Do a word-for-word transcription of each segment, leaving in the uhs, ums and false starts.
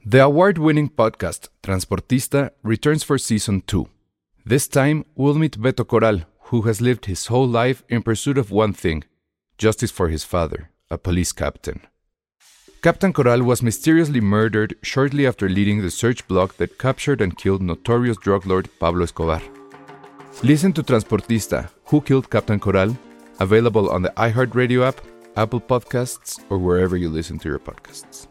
The award-winning podcast Transportista returns for season two. This time, we'll meet Beto Corral, who has lived his whole life in pursuit of one thing: justice for his father, a police captain. Captain Corral was mysteriously murdered shortly after leading the search block that captured and killed notorious drug lord Pablo Escobar. Listen to Transportista, Who Killed Captain Corral? Available on the iHeartRadio app, Apple Podcasts, or wherever you listen to your podcasts.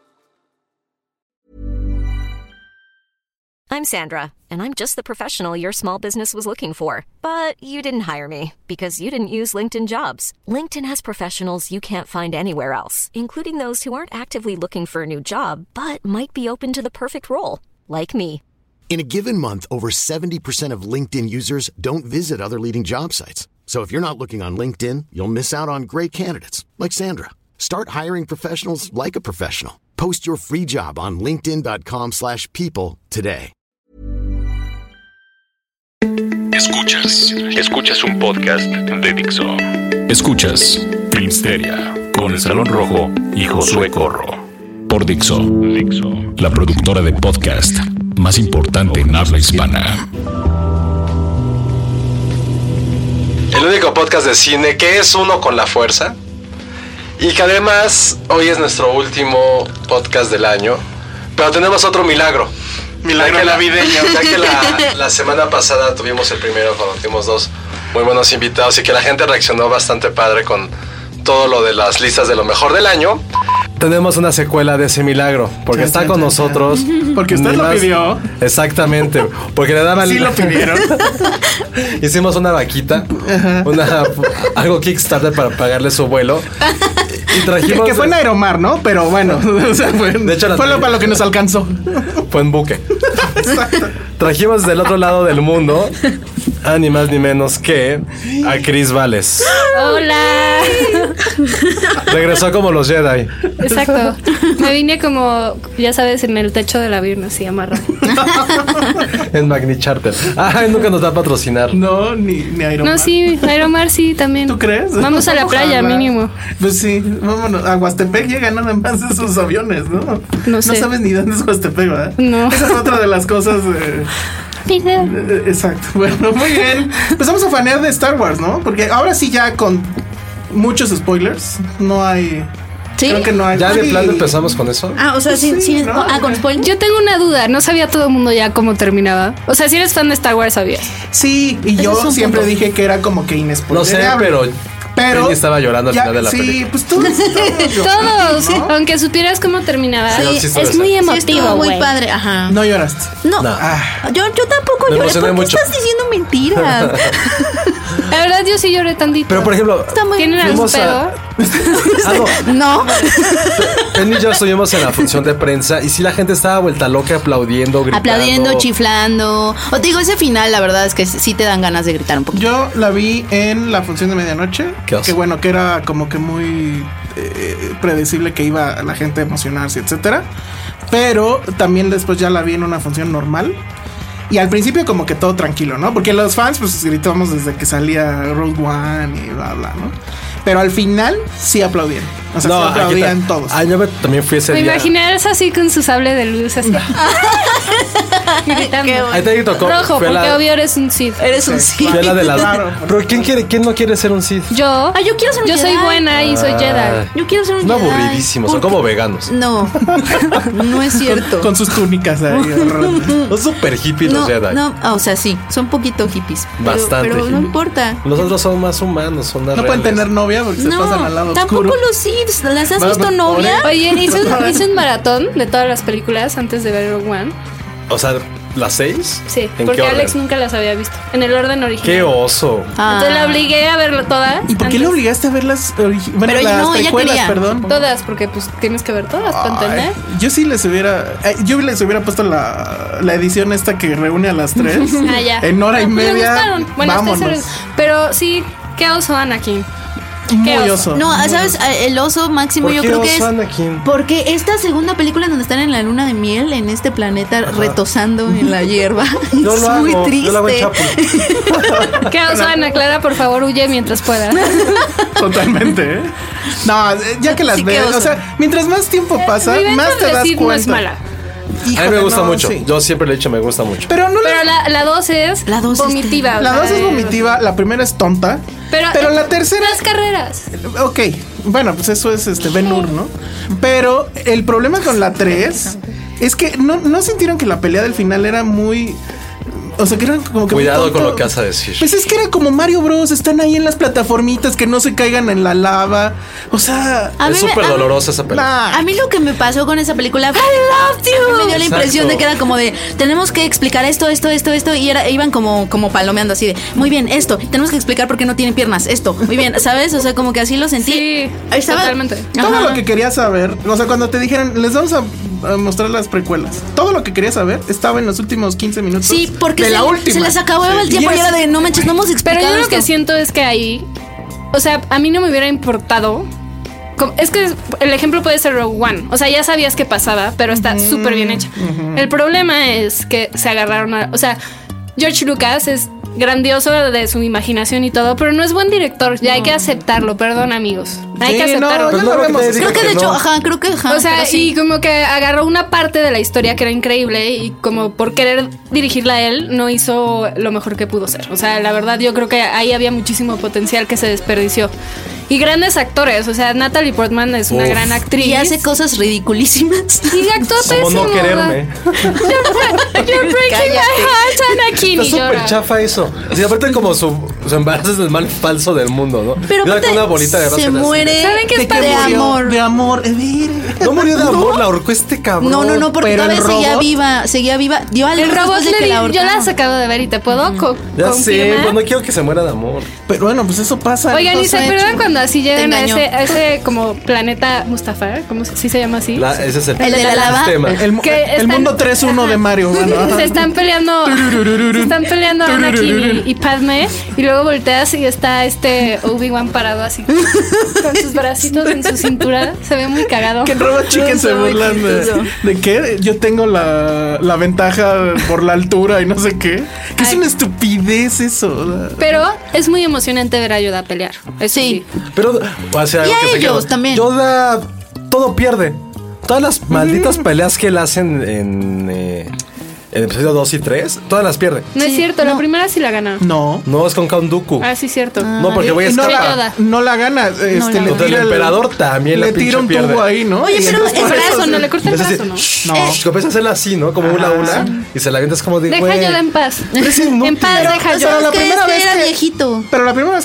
I'm Sandra, and I'm just the professional your small business was looking for. But you didn't hire me because you didn't use LinkedIn Jobs. LinkedIn has professionals you can't find anywhere else, including those who aren't actively looking for a new job, but might be open to the perfect role, like me. In a given month, over seventy percent of LinkedIn users don't visit other leading job sites. So if you're not looking on LinkedIn, you'll miss out on great candidates like Sandra. Start hiring professionals like a professional. Post your free job on linkedin.com slash people today. Escuchas, escuchas un podcast de Dixo. Escuchas Filmsteria con El Salón Rojo y Josué Corro. Por Dixo, Dixo, la productora de podcast más importante en habla hispana. El único podcast de cine que es uno con la fuerza. Y que además hoy es nuestro último podcast del año. Pero tenemos otro milagro. Milagro navideño. Ya que la, la semana pasada tuvimos el primero cuando tuvimos dos muy buenos invitados y que la gente reaccionó bastante padre con todo lo de las listas de lo mejor del año. Tenemos una secuela de ese milagro, porque está con nosotros. Porque usted lo pidió. Exactamente, porque le daban... Sí lo pidieron. Hicimos una vaquita, una, algo Kickstarter para pagarle su vuelo. Y trajimos... Que, que fue en Aeromar, ¿no? Pero bueno, o sea, fue, de hecho, fue lo para lo que nos alcanzó. Fue en buque. Exacto. Trajimos del otro lado del mundo a ni más ni menos que a Cris Vales. ¡Hola! Regresó como los Jedi. Exacto. Me vine como, ya sabes, en el techo del avión, así amarrado. En Magni Charter. Ay, nunca nos va a patrocinar. No, ni, ni Aeromar. No, sí, Aeromar sí también. ¿Tú crees? Vamos a la playa, mínimo. Pues sí, vámonos. A Huastepec llegan nada más esos aviones, ¿no? No sé. No sabes ni dónde es Huastepec, ¿verdad? No. Esa es otra de las cosas... Eh... Exacto. Bueno, muy bien. Pues vamos a fanear de Star Wars, ¿no? Porque ahora sí ya con muchos spoilers. No hay... ¿Sí? Creo que no hay... ¿Ya de sí. plano empezamos con eso? Ah, o sea, sí, sí, sí ¿no? Ah, con spoilers. Yo tengo una duda. No sabía todo el mundo ya cómo terminaba. O sea, si eres fan de Star Wars, sabías. Sí, y Ese yo siempre punto. dije que era como que inespoilerable. No sé, pero... Pero Penny estaba llorando al ya, final de la sí, película. Pues todos, todos, todos ¿no? Aunque supieras cómo terminaba. Sí, sí, es muy emotivo, sí, muy güey. padre, ajá. No lloraste. No, no. Ah. yo, yo tampoco Me lloré. ¿Por qué mucho. estás diciendo mentiras? La verdad, yo sí lloré tantito. Pero por ejemplo, ¿tienen algún pedo? A... ah, no. No. Penny y yo estuvimos en la función de prensa y sí la gente estaba vuelta loca aplaudiendo, gritando. Aplaudiendo, chiflando. O te digo, ese final, la verdad es que sí te dan ganas de gritar un poquito. Yo la vi en la función de medianoche. Qué oso. Que bueno, que era como que muy eh, predecible que iba a la gente a emocionarse, etcétera. Pero también después ya la vi en una función normal. Y al principio como que todo tranquilo, ¿no? Porque los fans pues gritamos desde que salía Rogue One y bla, bla, ¿no? Pero al final sí aplaudían. O sea, no, sí aplaudían todos. Ah, yo me, también fui ese me día. Me imaginé eso así con su sable de luz así. Gritando. Ahí te tocó. Rojo, porque la... obvio eres un Sith. Eres un Sith. Fue la de las... Claro. Pero ¿quién quiere, quién no quiere ser un Sith? Yo. Ah, yo quiero ser un Yo Jedi. soy buena y soy Jedi. Yo quiero ser un no Jedi. Aburridísimos, son como veganos. No, no es cierto. Con, con sus túnicas ahí. Son súper hippies no, los Jedi. No, o sea, sí, son poquito hippies. Bastante. Pero, pero no importa. Los otros son más humanos, son más No reales. pueden tener novia porque no, se pasan al lado tampoco oscuro. Los Sith, ¿las has visto novia? Oye, hice un, hice un maratón de todas las películas antes de ver Rogue One. O sea, ¿las seis? Sí, porque Alex nunca las había visto. En el orden original. ¡Qué oso! Ah. Entonces la obligué a verlo todas. ¿Y por qué antes. le obligaste a ver las origi- bueno, Pero las no, ella precuelas, quería. perdón? Todas, porque pues tienes que ver todas para entender. Yo sí les hubiera... Eh, yo les hubiera puesto la, la edición esta que reúne a las tres. Ah, ya. En hora y Me media. gustaron. Bueno, vámonos. Pero sí, qué oso Anakin. Muy oso. oso. No, muy ¿sabes? oso. El oso máximo ¿Por yo qué creo oso que es Anakin? porque esta segunda película donde están en la luna de miel en este planeta Ajá. retosando en la hierba yo es lo muy hago, triste. Yo lo hago en Chapo. ¿Qué oso Ana Clara? Por favor, huye mientras puedas. Totalmente, ¿eh? No, ya que las Sí, ves, o sea, mientras más tiempo pasa, Revenge más of te the das Sith cuenta. no es mala. A mí me gusta no, mucho. Sí. Yo siempre le he dicho me gusta mucho. Pero, no Pero la, la dos es la dos vomitiva. Es, la dos es vomitiva. La primera es tonta. Pero, pero la tercera. Las carreras. Ok. Bueno, pues eso es este Ben-Hur, ¿no? Pero el problema con la tres es que no, no sintieron que la pelea del final era muy. O sea, que eran como que. Cuidado con lo que vas a decir. Pues es que era como Mario Bros. Están ahí en las plataformitas que no se caigan en la lava. O sea. Es súper dolorosa esa película. Nah. A mí lo que me pasó con esa película fue. I love you. Me dio la impresión Exacto. de que era como de. Tenemos que explicar esto, esto, esto, esto. Y era, iban como, como palomeando así de. Muy bien, esto. Tenemos que explicar por qué no tiene piernas. Esto. Muy bien, ¿sabes? O sea, como que así lo sentí. Sí. Estaba, totalmente. Todo Ajá. lo que quería saber. O sea, cuando te dijeron, les vamos a. A mostrar las precuelas. Todo lo que quería saber estaba en los últimos quince minutos. Sí, porque de se, la última. se les acabó sí. el tiempo y era de no manches, no hemos explicado. Pero yo esto. lo que siento es que ahí, o sea, a mí no me hubiera importado. Es que el ejemplo puede ser Rogue One. O sea, ya sabías qué pasaba, pero está mm, súper bien hecha. Uh-huh. El problema es que se agarraron a, o sea, George Lucas es grandioso de su imaginación y todo, pero no es buen director. Ya no. hay que aceptarlo, perdón, amigos. Hay sí, que aceptarlo. No, no, no, no, creo que de hecho, no. ajá, creo que ajá, o sea, sí. y como que agarró una parte de la historia que era increíble y como por querer dirigirla a él, no hizo lo mejor que pudo ser. O sea, la verdad, yo creo que ahí había muchísimo potencial que se desperdició. Y grandes actores, o sea, Natalie Portman es una Uf. gran actriz. Y hace cosas ridiculísimas. Y actúa pésimo. Como no quererme. You're breaking my heart, Anakin. Está súper chafa eso. Así, aparte como su, su embarazo es el mal falso del mundo, ¿no? Pero Mira con una bolita de se muere. ¿Saben qué es de, de amor? De amor. No murió de amor, la ahorcó este cabrón. No, no, no, porque todavía seguía viva. Seguía viva. Dio al el robot de que la yo las acabo de ver y te puedo co- ya confirmar. sé, pues no quiero que se muera de amor. Pero bueno, pues eso pasa. Oigan, ¿y se acuerdan cuando así llegan a ese, a ese como planeta Mustafar? ¿Cómo se, sí se llama así? La, ese es el, el de la lava. Sistema. El, el, que el están, mundo tres uno de Mario. Bueno, se están peleando. Se están peleando Anakin y, y Padme. Y luego volteas y está este Obi-Wan parado así con sus bracitos en su cintura. Se ve muy cagado. Que en Robot Chicken se burlan de, de que yo tengo la, la ventaja por la altura y no sé qué. Que Ay. es una estupidez eso. Pero es muy emocionante ver a Yoda pelear. Eso sí. sí. Pero, o sea, y a que ellos se también. Yoda todo pierde. Todas las malditas mm. peleas que él hacen en... Eh, en el episodio dos y tres, todas las pierde. No sí, es cierto, no. La primera sí la gana. No. No, es con Count Dooku. Ah, sí, cierto. Ah, no, porque voy a escapar. No, no la gana. Este, no, le tira el, el emperador también le tira un tubo pierde. ahí, ¿no? Oye, pero el brazo, no le corta el brazo, ¿no? No. Eh. Comienza a hacerla así, ¿no? Como una una. Y se la avientas como de, deja güey. Yoda en paz. En paz, deja Yoda. La primera vez era viejito. Pero la primera vez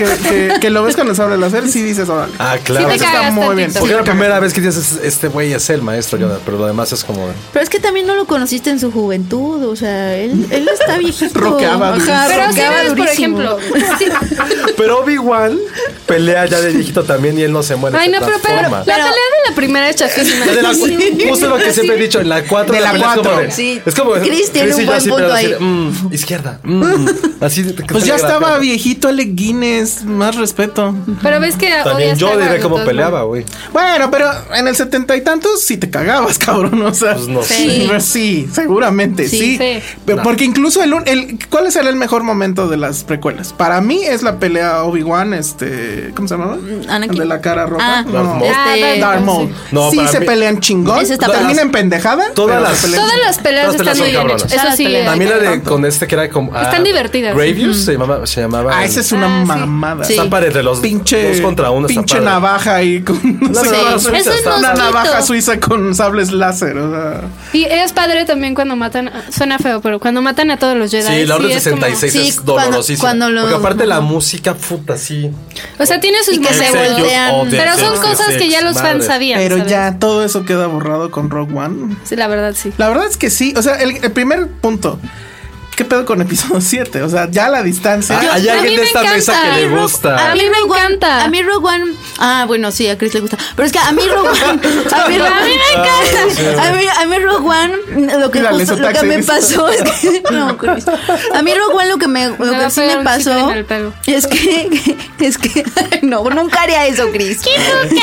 que lo ves con el sable láser, sí dices, órale. Ah, claro. Sí, está muy bien. Porque la primera vez que dices, este güey es el maestro Yoda, pero lo demás es como... Pero es que también no lo conociste en su juventud, o sea, él, él está viejito. Roqueaba. Ajá, pero roqueaba si por ejemplo. Sí. Pero Obi-Wan pelea ya de viejito también y él no se muere. Ay, no, pero, pero la pelea de la primera es chafísima. De la, sí. Justo lo que siempre he dicho, en la cuatro. De la cuatro. Sí. Es como... Chris tiene un buen punto ahí. Decir, mm, izquierda. Mm, así. Pues ya estaba viejito Alec Guinness, más respeto. Pero ves que también yo diré cómo peleaba, güey. Bueno, pero en el setenta y tantos sí te cagabas, cabrón. O sea, pues no sé. Sí. Pues sí, seguramente sí. sí. sí. No. Porque incluso el, el ¿cuál es el mejor momento de las precuelas? Para mí es la pelea Obi-Wan, este, ¿cómo se llama? Anakin. De la cara roja. Ah, no, este, Darth Maul. Sí, no, sí se mí, pelean chingón. Termina en pendejada. Todas las, todas las peleas todas están muy bien hechas. Eso sí. También la de con este que era como ah, están divertidas. Grievous mm. se llamaba, se llamaba. Ah, esa es una ah, mamada. Sí. Está pared los pinche, dos contra uno. Pinche navaja ahí con no, sé no, sí. Eso es una navaja suiza con sables láser. O sea. Y es padre también cuando matan. Suena feo, pero cuando matan a todos los Jedi. Sí, la Orden sesenta y seis sí, es dolorosísima. Cuando, cuando lo, porque aparte la música puta sí. O sea, tiene sus y que se voltean. Pero son cosas que ya los fans sabían. Pero ¿sabes? Ya todo eso queda borrado con Rogue One. Sí, la verdad sí. La verdad es que sí. O sea, el, el primer punto. ¿Qué pedo con episodio siete? O sea, ya la distancia. Ah, hay alguien de esta encanta. Mesa que le gusta. A mí me encanta. A mí Rogue One. Ah, bueno, sí, a Chris le gusta. Pero es que a mí Rogue One. A mí, a mí me encanta. A mí, a mí Rogue One. Lo que, justo, lo que me pasó es que. No, Chris. A mí Rogue One lo que me, lo que sí me pasó. Es que. Es que. No, nunca haría eso, Chris. ¿Qué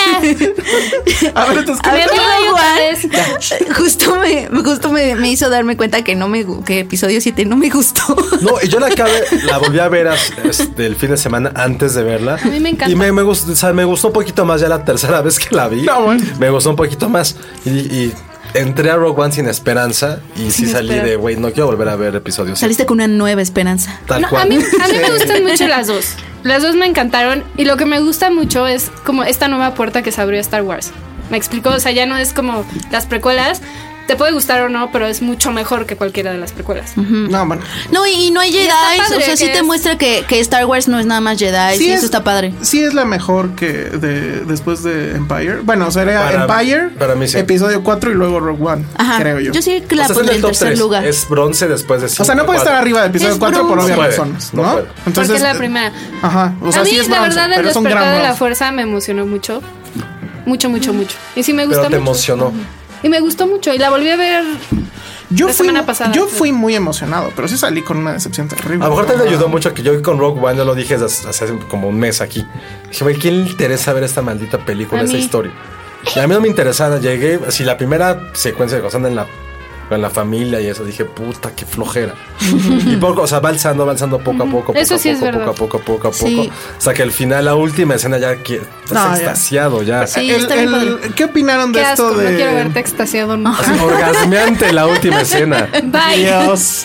nunca? A ver, entonces. A mí Rogue One. Justo me, justo me, me hizo darme cuenta que no me. Que episodio siete no me gustó. No, y yo la acabé, la volví a ver este, el fin de semana antes de verla. A mí me encanta. Y me, me, gustó, o sea, me gustó un poquito más ya la tercera vez que la vi. No, bueno. Me gustó un poquito más. Y, y entré a Rogue One sin esperanza y Sin sí salí esperar. de, güey, no quiero volver a ver episodios. Saliste con una nueva esperanza. Tal No, cual. a mí, a mí me gustan mucho las dos. Las dos me encantaron. Y lo que me gusta mucho es como esta nueva puerta que se abrió a Star Wars. Me explico, o sea, ya no es como las precuelas. Te puede gustar o no, pero es mucho mejor que cualquiera de las precuelas. No, bueno. No, y, y no hay Jedi. está padre O sea, sí que te es- muestra que, que Star Wars no es nada más Jedi. Sí, es- eso está padre. Sí es la mejor que de, después de Empire. Bueno, sería Para- Empire, para mí sí. episodio cuatro y luego Rogue One, Ajá. creo yo. Yo sí que O la sea, está en pondré el en top tercer tres. lugar. Es bronce después de O sea, no puede estar arriba de episodio Es cuatro por bronce. obvias No puede, razones, no ¿no? puede. Entonces, Porque es la primera. Ajá. O sea, a mí, sí es de bronce, verdad, el pero es un despertar gran de la bronce. fuerza me emocionó mucho. Mucho, mucho, mucho. Y sí me Pero gusta te mucho. emocionó. Y me gustó mucho. Y la volví a ver. Yo la fui, semana pasada. yo fui muy emocionado, pero sí salí con una decepción terrible. A lo mejor te ayudó mucho que yo con Rogue One, yo lo dije hace, hace como un mes aquí. Dije, güey, ¿quién le interesa ver esta maldita película, A esta mí. historia? Y a mí no me interesaba. Llegué, así la primera secuencia de cosas en la, en la familia y eso, dije, puta, qué flojera. Y poco, o sea, va alzando, va alzando poco a poco, poco Eso a sí es poco, verdad. poco a poco, poco a poco. Sí. Hasta que al final, la última escena ya que estás No, ya. extasiado ya. Sí, El- está bien el- padre. ¿Qué opinaron de Qué esto asco, de no quiero verte extasiado nunca. Así, orgasmeante la última escena. Bye. Dios.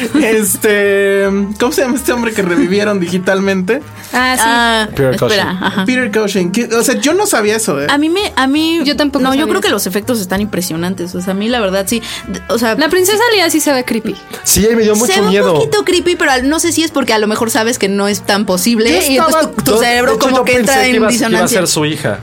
Este, ¿cómo se llama este hombre que revivieron digitalmente? Ah, sí. Ah, Peter Cushing. espera, ajá. Peter Cushing. que- O sea, yo no sabía eso, ¿eh? A mí me, a mí. Yo tampoco No, yo sabía creo que eso. los efectos están impresionantes. O sea, a mí la verdad sí. D- O sea, La princesa Leia sí se ve creepy. Sí, me dio mucho se ve miedo. un poquito creepy, pero al- no sé si es porque a lo mejor sabes que no es tan posible Yo y entonces estaba- tu, tu Yo- cerebro de hecho, como yo que pensé entra en iba, iba a disonancia. ser su hija.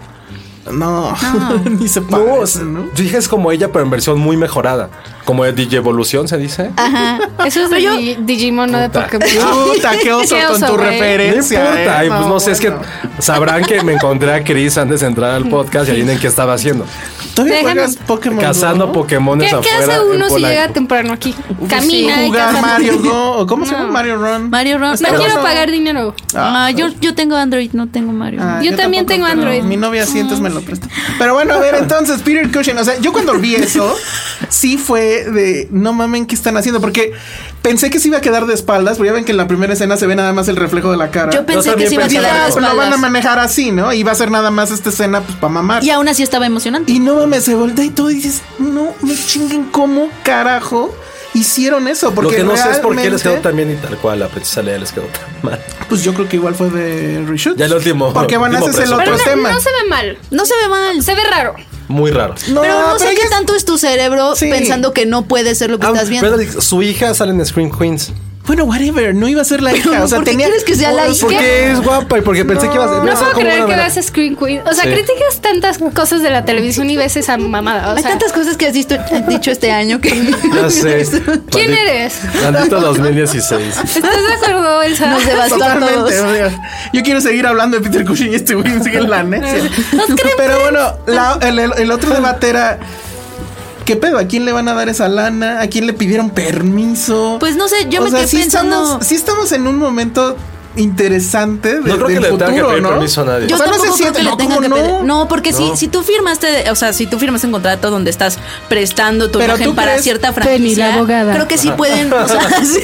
No, ni se No, parece, ¿no? su hija es como ella, pero en versión muy mejorada. Como de Digievolución, se dice. Ajá. Eso es de Pero yo- Di- Digimon, no de Puta. Pokémon. Puta, qué oso Qué con oso, tu güey. No referencia. importa, ¿eh? ay, pues no, sé, es que bueno. sabrán que me encontré a Chris antes de entrar al podcast y adivinen qué estaba haciendo. ¿Todavía Déjanos- juegas Pokémon Cazando Go? Pokémones ¿Qué, afuera. qué hace en uno si Polanco. llega temprano aquí? Camina y Jugar caza. Mario Go. ¿O ¿Cómo se llama? No. Mario Run. Mario Run. No Pero- quiero pagar dinero. Ah, yo, yo tengo Android, no tengo Mario. Ah, Yo también tampoco, tengo pero Android. Mi novia sí, entonces me lo presta. Pero bueno, a ver, entonces, Peter Cushing. O sea, yo cuando vi eso, sí fue de no mamen, ¿qué están haciendo? Porque pensé que se iba a quedar de espaldas, porque ya ven que en la primera escena se ve nada más el reflejo de la cara. Yo pensé que también se iba a pensé quedar Ya, de pues lo van a espaldas. manejar así, ¿no? Y va a ser nada más esta escena, pues, para mamar. Y aún así estaba emocionante. Y no mames, se voltea y todo y dices, no me chinguen, ¿cómo carajo hicieron eso? Porque Lo que no sé es por qué les quedó realmente, tan bien y tal cual. La princesa Leia les quedó tan mal. Pues yo creo que igual fue de reshoot. Ya el último- Porque van a último hacer el presupuesto. otro Pero no, tema. no se ve mal. No se ve mal. Se ve raro. Muy raro. No, pero no sé pero qué ya- tanto es tu cerebro Sí. pensando que no puede ser lo que Ah, estás viendo. pero su hija sale en Scream Queens. Bueno, whatever, no iba a ser la hija. O sea, ¿por qué tenía. quieres que sea la Oh, hija? Porque es guapa y porque pensé que iba a ser. No iba a ser puedo como creer una que vera- vas a Screen Queen. O sea, Sí. criticas tantas cosas de la televisión y ves esa mamada. O Hay sea, tantas cosas que has dicho, dicho este año que Ya sé. ¿quién Maldito- eres? Maldito dos mil dieciséis. ¿Estás de acuerdo, Elsa? nos devastó a Totalmente, todos. o sea, yo quiero seguir hablando de Peter Cushing y este güey sigue en la necia. creen Pero bueno, la- el, el- el otro debate era. ¿Qué pedo? ¿A quién le van a dar esa lana? ¿A quién le pidieron permiso? Pues no sé, yo O me sea, quedé sí pensando. Estamos, sí estamos en un momento interesante de, No creo que del le tenga que futuro, pedir ¿no? permiso a nadie. Yo O sea, no tampoco se creo siente, que le no, tengan ¿cómo que pedir. no? No, porque si, No. si tú firmaste, o sea, si tú firmas un contrato donde estás prestando tu Pero imagen tú para crees- cierta Penny, franquicia, la abogada. creo que sí pueden. O sea, sí.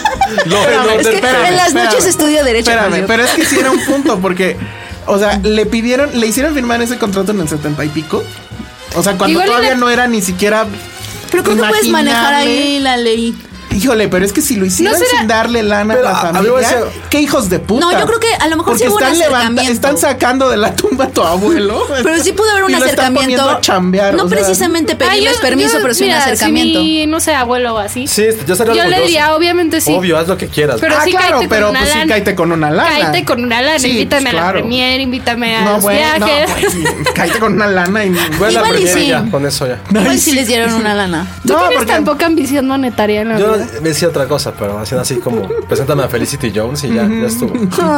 No, Espérame, no, es que espérame, en las espérame. noches estudio derecho. Espérame, Mario. pero es que sí era un punto porque, o sea, le pidieron, le hicieron firmar ese contrato en el setenta y pico. O sea, cuando Igual y todavía le- no era ni siquiera. Pero creo que puedes manejar imaginable. ahí la ley. Híjole, pero es que si lo hicieran ¿No será- sin darle lana Pero a la a- a mí me familia, parece- qué hijos de puta. No, yo creo que a lo mejor Porque sí hubo un están levanta- acercamiento. están sacando de la tumba a tu abuelo. Pero sí pudo haber un Y lo están acercamiento. poniendo a chambear, no o sea. precisamente Ay, pedirles yo- permiso, yo- pero sí mira, un acercamiento. Si mi, no sé, abuelo o así. Sí, yo estaría Yo le orgulloso. diría, obviamente sí. Obvio, haz lo que quieras. Pero Ah, sí claro, cáete pero con una pues sí lana. cáete con una lana. Cáete con una lana. Sí, invítame pues, a la claro. premier, invítame a No, los güey, no, viajes. güey, cáete con una lana y... Voy a la Igual y primera sí. ya, con eso ya. Igual si les dieron una lana. Tú No, tienes porque- tan poca ambición monetaria en la Yo vida. me decía otra cosa, pero haciendo así como preséntame a Felicity Jones y ya, ya estuvo.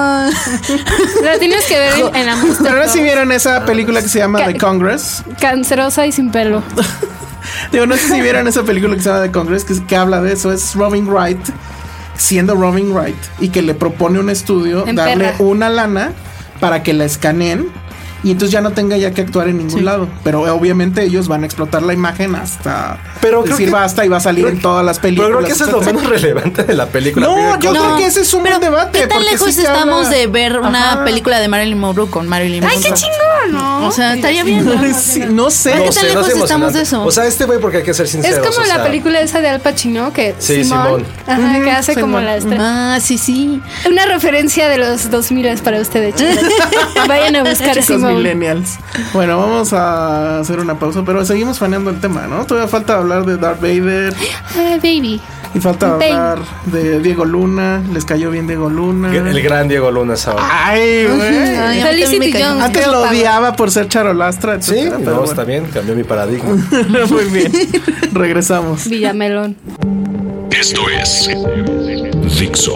La tienes que ver en, en la muestra. Pero no sé si vieron esa película que se llama Ca- The Congress. Cancerosa y sin pelo. Digo, no sé si vieron esa película que se llama The Congress, que, que habla de eso. Es Robin Wright, siendo Robin Wright, y que le propone un estudio En darle perra. una lana para que la escaneen y entonces ya no tenga ya que actuar en ningún sí. lado. Pero obviamente ellos van a explotar la imagen hasta pero decir que, basta y va a salir creo, en todas las películas. Pero creo que eso es lo menos relevante de la película. No, yo no, creo que ese es un buen debate. ¿Qué tan lejos sí estamos habla... de ver una Ajá. película de Marilyn Monroe con Marilyn Monroe? ¡Ay, qué chingón! ¿No? O sea, estaría bien. No, sí, no sé. ¿Qué no tan sé, lejos no estamos de eso? O sea, este güey, porque hay que ser sinceros. Es como o la sea... película esa de Al Pacino, que sí, Simón, Simón. Ajá, uh-huh, que hace Simón. Como la estrella. Ah, sí, sí. Una referencia de los dos mil para ustedes, chicos. Vayan a buscar chicos Simón. millennials. Bueno, vamos a hacer una pausa, pero seguimos faneando el tema, ¿no? Todavía falta hablar de Darth Vader. Uh, baby. Y falta baby. hablar de Diego Luna. Les cayó bien Diego Luna. El gran Diego Luna es ahora. Ay, güey. Felicity Jones. Antes lo odiaba por ser charolastra, etcétera, sí, pero no, bueno. está bien, cambió mi paradigma. Muy bien. Regresamos. Villamelón. Esto es Dixo.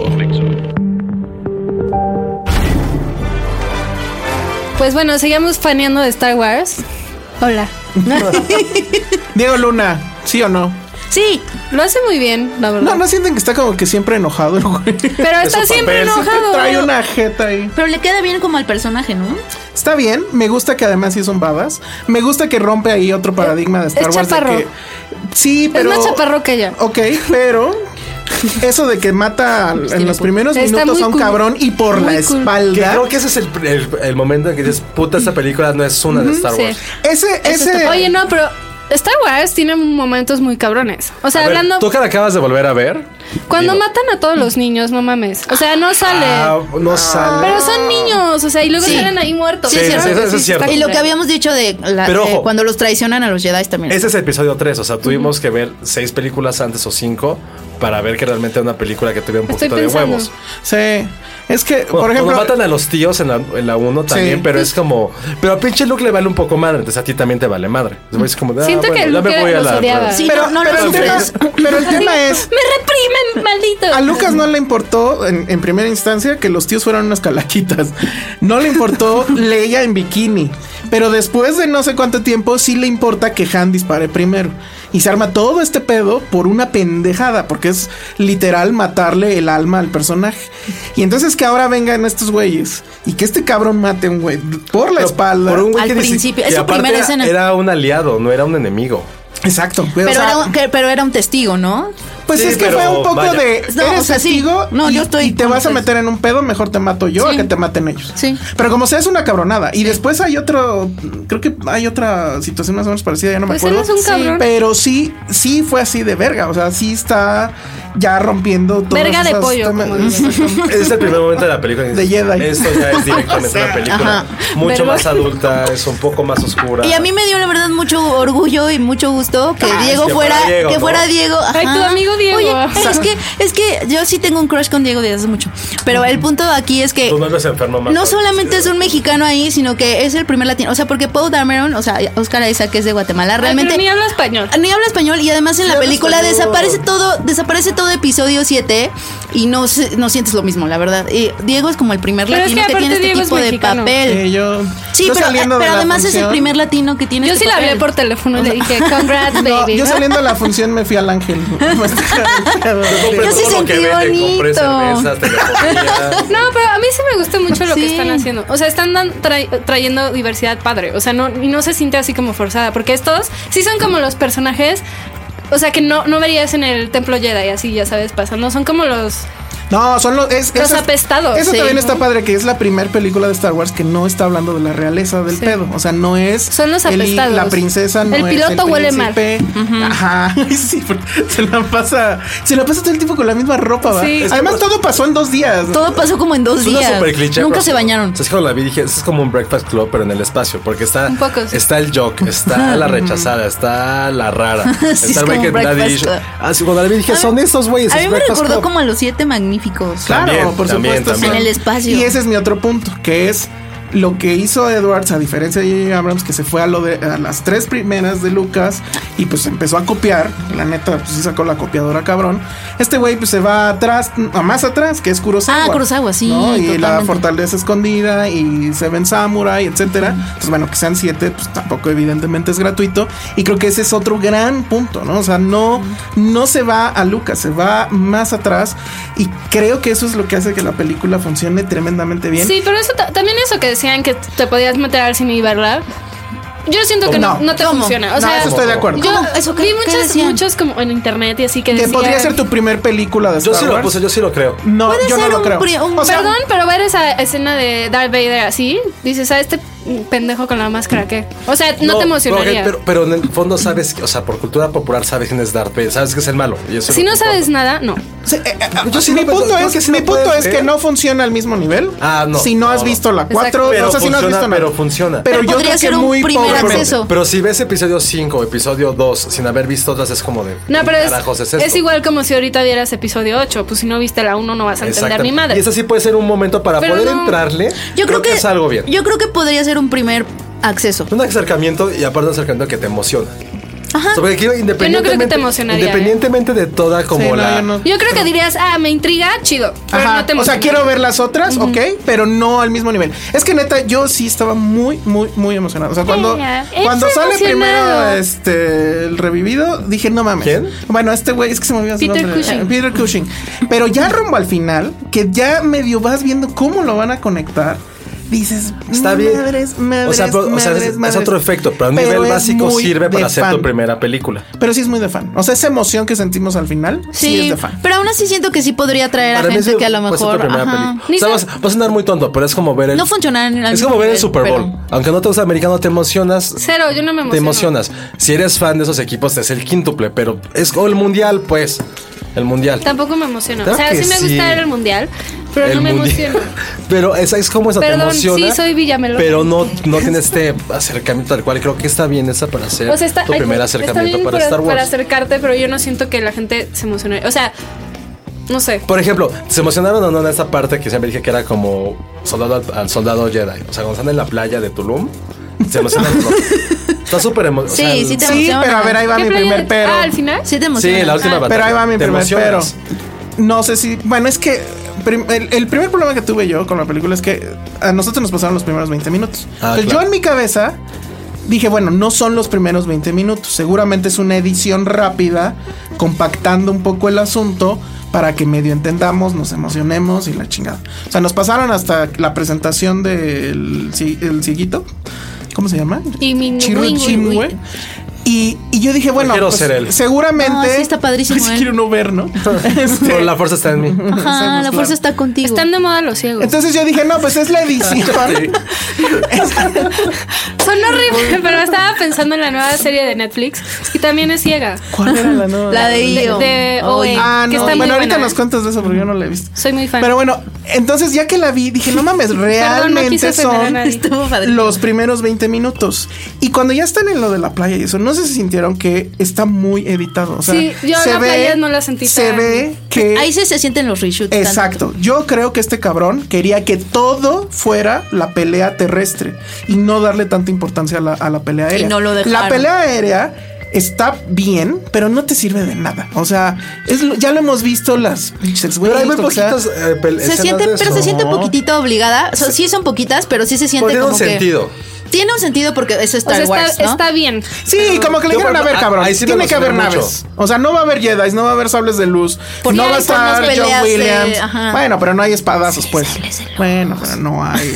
Pues bueno, seguimos faneando de Star Wars. Hola. Diego Luna, ¿sí o no? Sí, lo hace muy bien, la verdad. No, no sienten que está como que siempre enojado el güey. Pero está siempre enojado. Siempre trae una jeta ahí. Pero le queda bien como al personaje, ¿no? Está bien, me gusta que además sí son babas. Me gusta que rompe ahí otro paradigma de Star es Wars. Chaparro. De que, sí, pero. Es más chaparro que ella. Ok, pero. Eso de que mata pues en los primeros está minutos a un cool. cabrón y por muy la cool. espalda. Que creo que ese es el, el, el momento en que dices, puta, esta película no es una uh-huh, de Star Wars. Sí. Ese, ese. Oye, no, pero Star Wars tiene momentos muy cabrones. O sea, a hablando. Ver, ¿tú que la acabas de volver a ver? Cuando digo, matan a todos los niños, no mames. O sea, no sale. Ah, no sale. Pero son niños, o sea, y luego sí. salen ahí muertos. Sí, sí, sí, sí, eso, eso es cierto. Y lo que habíamos dicho de, la, Pero, de ojo, cuando los traicionan a los Jedi también. Ese es el episodio tres, o sea, tuvimos uh-huh. que ver seis películas antes o cinco para ver que realmente era una película que tuviera un poquito de huevos. Sí. Es que, bueno, por ejemplo, matan a los tíos en la, en la uno también, sí. pero es como, pero a pinche Luke le vale un poco madre, entonces a ti también te vale madre. Entonces, es como, ah, siento bueno, que Luke ya me voy a la odiaba. Sí, pero, no, no pero, lo el tema, pero el tema es me reprimen, maldito. A Lucas no le importó en, en primera instancia que los tíos fueran unas calaquitas. No le importó Leia en bikini. Pero después de no sé cuánto tiempo sí le importa que Han dispare primero. Y se arma todo este pedo por una pendejada, porque es literal matarle el alma al personaje. Y entonces que ahora vengan estos güeyes y que este cabrón mate a un güey por la Pero espalda. Por un güey al que principio, dice, es su primera era, escena. Era un aliado, no era un enemigo. Exacto. Pero, o sea, era un, que, pero era un testigo, ¿no? Pues sí, es que pero fue un poco vaya. de No, eres o sea, testigo sí. no, y, yo estoy y te vas a meter en un pedo, mejor te mato yo sí. a que te maten ellos. Sí. Pero como sea es una cabronada. Y después hay otro, creo que hay otra situación más o menos parecida, ya no pues me acuerdo. Él es un cabrón. Pero sí, sí fue así de verga. O sea, sí está ya rompiendo todo. Verga de pollo. Como Ese es el primer momento de la película. De Jedi. Esto ya es directamente o sea, una película ajá. mucho Verga. más adulta, es un poco más oscura. Y a mí me dio la verdad mucho orgullo y mucho gusto que Ah, Diego que fuera, fuera Diego, que ¿no? fuera Diego. Ajá. Ay, tu amigo Diego. Oye, es que, es que yo sí tengo un crush con Diego desde hace mucho. Pero el punto aquí es que Tú no eres enfermo más no fuerte, solamente sí, es un mexicano ahí, sino que es el primer latino. O sea, porque Poe Dameron, o sea, Oscar Isaac, que es de Guatemala, realmente Ay, pero ni habla español. ni habla español y además en Sí la habla película español. desaparece todo, desaparece todo episodio siete y no se- no sientes lo mismo, la verdad. Y Diego es como el primer Pero es latino que que, aparte tiene este Diego es tipo de mexicano. papel. Sí, yo Sí, yo pero, saliendo de pero la además es el función- primer latino que tiene Yo este sí le hablé papel. por teléfono y le dije, congrats, No, baby. yo saliendo de la función me fui al Ángel. Compré Yo sí todo lo que sentí venden, compré bonito. cervezas, telefonía. No, pero a mí sí me gusta mucho lo que Sí. están haciendo. O sea, están dan- tra- trayendo diversidad padre. O sea, no, y no se siente así como forzada. Porque estos sí son como los personajes. O sea, que no, no verías en el Templo Jedi, así, ya sabes, pasando. Son como los. No, son los. Es, Los eso es- apestados, Eso sí. también está padre, que es la primera película de Star Wars que no está hablando de la realeza del Sí. pedo. O sea, no es. Son los el- apestados. La princesa no El es. piloto huele mal. príncipe. Ajá. Sí, porque se la pasa. Se la pasa todo el tiempo con la misma ropa, ¿va? Sí. Además, todo pasó en dos días. Todo pasó como en dos Es una días. super cliché. Nunca pero- se bañaron. O sea, es que cuando la vi dije, esto es como un Breakfast Club, pero en el espacio. Porque está, Un poco, sí. está el jock, está la rechazada, está la rara, Sí, está es el como Breakfast Breakfast Club. Club. Ah, sí, cuando la vi dije, A mí- son esos güeyes. A es mí me Breakfast recordó Club. como a los siete magníficos. Claro, También, por también, supuesto. también. En el espacio. Y ese es mi otro punto, que es lo que hizo Edwards, a diferencia de J J Abrams, que se fue a lo de a las tres primeras de Lucas y pues empezó a copiar. La neta, pues sí sacó la copiadora cabrón. Este güey pues se va atrás, a más atrás, que es Kurosawa. Ah, Kurosawa, sí, ¿no? Y totalmente. la fortaleza escondida y Seven Samurai, etcétera. Pues bueno, que sean siete, pues tampoco evidentemente es gratuito. Y creo que ese es otro gran punto, ¿no? O sea, no, no se va a Lucas, se va más atrás. Y creo que eso es lo que hace que la película funcione tremendamente bien. Sí, pero eso ta- también eso que decían que te podías meter al cine y verla. Yo siento que no, no, no te ¿Cómo? funciona. O no, sea, eso estoy de acuerdo. Yo eso, vi muchos, muchos como en internet y así que, que decían, podría ser tu primer película de Star yo sí Wars. Lo puse, yo sí lo creo. No, yo no lo creo. Pri- un, o sea, perdón, pero ver esa escena de Darth Vader así, dices, a este pendejo con la máscara, ¿qué? O sea, no, no te emocionaría. Pero, pero en el fondo sabes, o sea, por cultura popular sabes quién es Darth Vader, sabes que es el malo. Y eso si no sabes nada, no. Sí, eh, eh, yo sí mi punto es, que, sí mi punto es que no funciona al mismo nivel. Ah, no. Si no, no has visto la cuatro, pero o sea, si no has visto nada. Pero funciona. Pero, pero yo podría creo ser que un muy primer pobre. acceso. Pero si ves episodio cinco o episodio dos sin haber visto otras, es como de. No, pero es, es, es igual como si ahorita vieras episodio ocho. Pues si no viste la uno, no vas a entender ni madre. Y eso sí puede ser un momento para pero poder no. entrarle. Yo creo, creo que, que es algo bien. Yo creo que podría ser un primer acceso. Un acercamiento y aparte un acercamiento que te emociona. Ajá. Sobre que independientemente, yo no creo que te emocionaría. Independientemente ¿eh? de toda como sí, no, la. Yo, no. yo creo que dirías, ah, me intriga, chido. Pero Ajá. no te o sea, quiero ver las otras, uh-huh. ok, pero no al mismo nivel. Es que neta, yo sí estaba muy, muy, muy emocionado. O sea, cuando, yeah, cuando sale emocionado. primero este el revivido, dije, no mames. ¿Quién? Bueno, este güey, es que se me olvidó su Peter nombre. Cushing. Peter Cushing. Pero ya rumbo al final, que ya medio vas viendo cómo lo van a conectar. Dices, está bien. Madres, madres, o sea, pero, madres, o sea es, madres. es otro efecto, pero a pero nivel básico sirve para hacer fan. tu primera película. Pero sí es muy de fan. O sea, esa emoción que sentimos al final, sí, sí es de fan. Pero aún así siento que sí podría atraer para a gente es, que a lo mejor. Pues, primera ajá. o sea, vas, vas a andar muy tonto, pero es como ver el. No funciona en el Es como ver el Super Bowl. pero... Aunque no te gusta americano, te emocionas. Cero, yo no me emociono. Te emocionas. Si eres fan de esos equipos, es el quíntuple, pero es como el mundial, pues. El mundial. Tampoco me emociona. Claro o sea, sí me gusta sí. ver el mundial, pero el no me mundial. emociono. Pero esa es como esa Perdón, te emociona. sí, soy Villamelón. Pero no, no tiene este acercamiento tal cual. Creo que está bien esa para hacer o sea, está, tu ay, primer está acercamiento bien para para, Star Wars. Para acercarte, pero yo no siento que la gente se emocione. O sea, no sé. Por ejemplo, ¿se emocionaron o no en esta parte que siempre dije que era como soldado al soldado Jedi? O sea, cuando están en la playa de Tulum, se emocionan. Está súper emocionado. Sí, o sea, el, sí te Sí, emociona. pero a ver, ahí va mi primer pero. Ah, al final. Sí te emociona. Sí, la última Ah, batalla. Pero ahí va mi Te primer pero. emocionas. No sé si. Bueno, es que. prim- El, el primer problema que tuve yo con la película es que a nosotros nos pasaron los primeros veinte minutos. Ah, Entonces claro. yo en mi cabeza dije, bueno, no son los primeros veinte minutos. Seguramente es una edición rápida, compactando un poco el asunto para que medio entendamos, nos emocionemos y la chingada. O sea, nos pasaron hasta la presentación del ci- el cieguito. ¿Cómo se llama? Y mi Chiru wing, wing, Chimue. wing. Y, y yo dije, bueno, quiero pues, ser él. seguramente. No, sí está padrísimo, Pues él. quiero no ver, ¿no? Este, Pero la fuerza está en mí. Ajá, la fuerza está contigo. Están de moda los ciegos. Entonces yo dije, no, pues es la edición. Son horribles, pero estaba pensando en la nueva serie de Netflix, que también es ciega. ¿Cuál era la nueva? La de De, Io. de O A, Ah, que no. está muy Bueno, ahorita buena. nos cuentas de eso porque yo no la he visto. Soy muy fan. Pero bueno, entonces ya que la vi, dije, no mames, Perdón, no realmente quise ofender a son nadie. Estuvo padre. los primeros veinte minutos. Y cuando ya están en lo de la playa y eso, no sé si sintieron que está muy editado. O sea, Sí, yo se la ve, playa no la sentí Se tan- ve que. Ahí se, se sienten los reshoots. Exacto. Yo creo que este cabrón quería que todo fuera la pelea terrestre y no darle tanta importancia a la, a la pelea aérea. Y no lo dejaron. La pelea aérea está bien, pero no te sirve de nada. O sea, es lo- ya lo hemos visto las pinches, güey, Pero hay muy o sea, poquitas eh, pel- Se escenas siente, de pero eso. se siente un poquitito obligada. O sea, sí son poquitas, pero sí se siente Porque tiene como un que sentido. tiene un sentido porque es o Star sea, está, Wars, ¿no? está bien. Sí, como que le Yo, dijeron, por a ver, ejemplo, cabrón, ahí sí me tiene que haber emocioné naves. O sea, no va a haber Jedi, no va a haber sables de luz, Porque no ahí va a están estar las John peleas de- Williams. ajá. Bueno, pero no hay espadazos, pues. Bueno, pero no hay.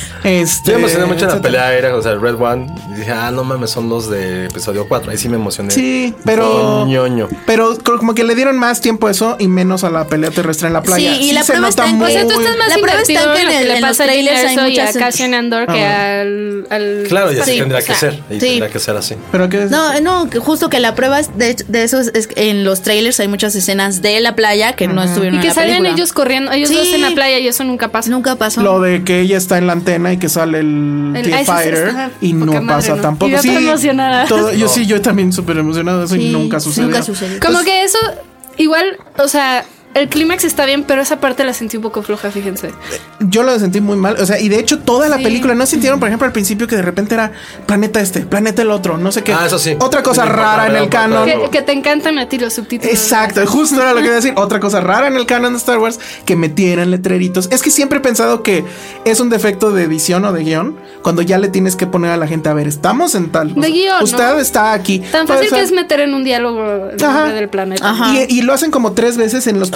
Este, Yo me emocioné mucho en la etcétera. pelea aérea, o sea, el Red One. Y dije, ah, no mames, son los de episodio cuatro. Ahí sí me emocioné. Sí, pero. Fue ñoño. Pero creo como que le dieron más tiempo a eso y menos a la pelea terrestre en la playa. Sí, y la se prueba nota está en que- O sea, tú muy- estás más La prueba está invertido en que en lo en que el- le en pasa a los Gina trailers hay Erso y a muchas- Cassian Andor que al, al... Claro, y así Sí, tendría o que sea, ser. Y sí. tendría que ser así. Pero que es. No, no, que justo que la prueba es de, de eso es, es que en los trailers hay muchas escenas de la playa que no estuvieron Y en que la salían película. ellos corriendo, ellos Sí. dos en la playa y eso nunca pasa. Nunca pasó. Lo de que ella está en la antena y que sale el, El- TIE ah, ese sí Fighter está y no poca madre, pasa ¿no? tampoco. Y yo Sí, estoy emocionada. todo- yo sí, yo también súper emocionado de eso y Sí, nunca sí, sucedió. nunca sucedió. Como que eso, igual, o sea, el clímax está bien, pero esa parte la sentí un poco floja, fíjense. Yo lo sentí muy mal. O sea, y de hecho, toda la Sí. película, ¿no sintieron, por ejemplo, al principio que de repente era planeta este, planeta el otro, no sé qué? Ah, eso sí. Otra cosa Sí, me rara en importa, el me importa. canon. Claro. Que, que te encantan a ti los subtítulos. Exacto, justo era lo que iba a decir. Otra cosa rara en el canon de Star Wars, que metieran letreritos. Es que siempre he pensado que es un defecto de edición o de guión, cuando ya le tienes que poner a la gente, a ver, estamos en tal. De guión, Usted ¿no? está aquí. Tan Puede fácil ser- que es meter en un diálogo el Ajá. nombre del planeta. Ajá. Y, y lo hacen como tres veces en los Ah,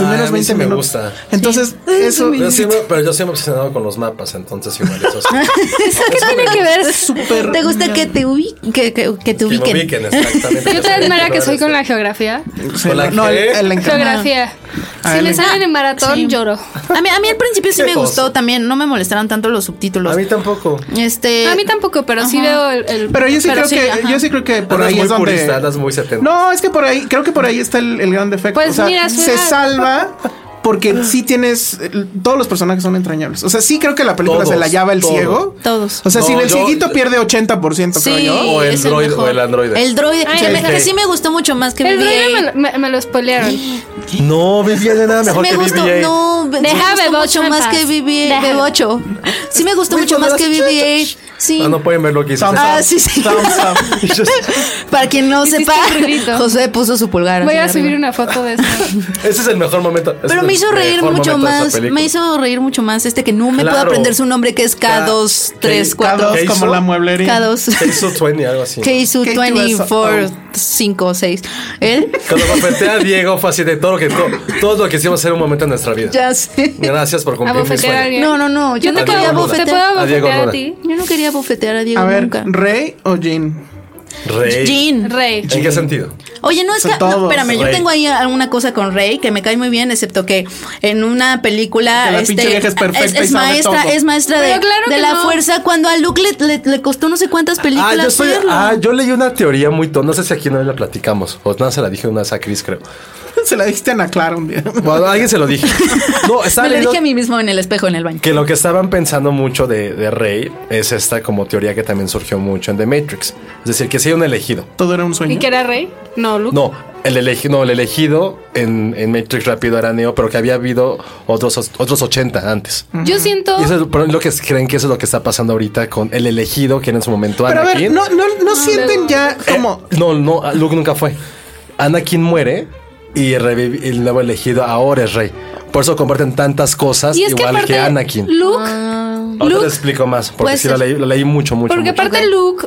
primeros veinte sí minutos. Me gusta. Entonces, sí. eso. Yo siempre, pero yo siempre obsesionado con los mapas, entonces igual eso sí. ¿Eso qué tiene que ver? Es súper. ¿Te gusta que te, ubi que, que, que te Que me ubiquen? ubiquen, exactamente. Yo también me que soy con la geografía. Sí, ¿Con la no, qué? el, el encarnado. Geografía. Ah, Si el me encarnado. salen en maratón, Sí. lloro. A mí, a mí al principio sí Qué me gustó oso. también. No me molestaron tanto los subtítulos. A mí tampoco. Este. A mí tampoco, pero sí Ajá. veo el, el- Pero yo sí creo que ajá. yo sí creo que por Andas ahí muy es donde purista, andas muy setenta. No, es que por ahí creo que por ahí está el, el gran defecto. Pues o sea, mira, se suena- salva porque sí tienes eh, todos los personajes son entrañables. O sea, sí creo que la película Todos, se la llama el todos. ciego. Todos. O sea, No, sin el yo- cieguito pierde ochenta por ciento, Sí, creo yo. O el es droide, mejor. o el androide. El droide, Ay, que, el me- que- que sí me gustó mucho más que El B B droide ocho. me, me, me lo spoilearon. No, B B A de nada mejor me que gustó, B B A. no, me Deja gustó Bebocho mucho en más paz. que B B Déjalo. B ocho. Sí me gustó Güey, mucho cuando más las que B B ocho. Sí. Ah, no pueden ver lo que hice. Thumbs Ah, up. sí, sí. Thumbs up. Para quien no Hiciste sepa, un ruidito. José puso su pulgar. Voy así a arriba. subir una foto de esto. Ese es el mejor momento. Ese Pero es me el hizo reír mejor mucho momento de esa más. película. Me hizo reír mucho más este que no me puedo Claro. aprender su nombre, que es K dos tres K cuatro. dos ¿Qué como hizo? la mueblería. K dos. K S U veinte, algo así. K S U K dos veinticuatro, cinco, seis. ¿Él? Cuando bofetea a Diego fue así de todo lo que todo, todo lo que hicimos era un momento en nuestra vida. Ya sé. Gracias por A cumplir mi bofetear a sueño. alguien. No, no, no. Yo Yo no te Diego quería puedo, Luna. te bofetear. puedo A Diego bofetear a Luna. ti. Yo no quería bofetear a Diego A ver, nunca. Rey o Jean. Rey. Jean. Rey. ¿En qué sentido? Oye, no es Son que. No, todos. espérame, yo Rey. tengo ahí alguna cosa con Rey que me cae muy bien, excepto que en una película. Que la este, pinche vieja es perfecta y sabe maestra, todo. es maestra de, Pero claro de que la no. fuerza. Cuando a Luke le, le, le costó no sé cuántas películas Ah, yo soy, hacerlo. ah, yo leí una teoría muy tonta. No sé si aquí no la platicamos. O no se la dije una vez a Chris, creo. Se la dijiste a Ana Clara un día. Bueno, a alguien se lo dije. No, estaba Me lo leyendo dije a mí mismo en el espejo en el baño. que lo que estaban pensando mucho de, de Rey es esta como teoría que también surgió mucho en The Matrix. Es decir, que sea un elegido. Todo era un sueño. ¿Y que era rey? No, Luke. No, el elegido, no, el elegido en, en Matrix rápido era Neo, pero que había habido otros, otros ochenta antes. Yo siento. Y eso es pero lo que creen que eso es lo que está pasando ahorita con el elegido, que era en su momento Pero a ver, Anakin. no, no, no sienten ya Eh, como. no, no, Luke nunca fue. Anakin muere y revive- el nuevo elegido ahora es rey. Por eso comparten tantas cosas Y es que igual aparte, que Anakin. Luke. Ahora Luke- te explico más, porque puede sí lo ser. leí, lo leí mucho, mucho. Porque mucho. aparte Luke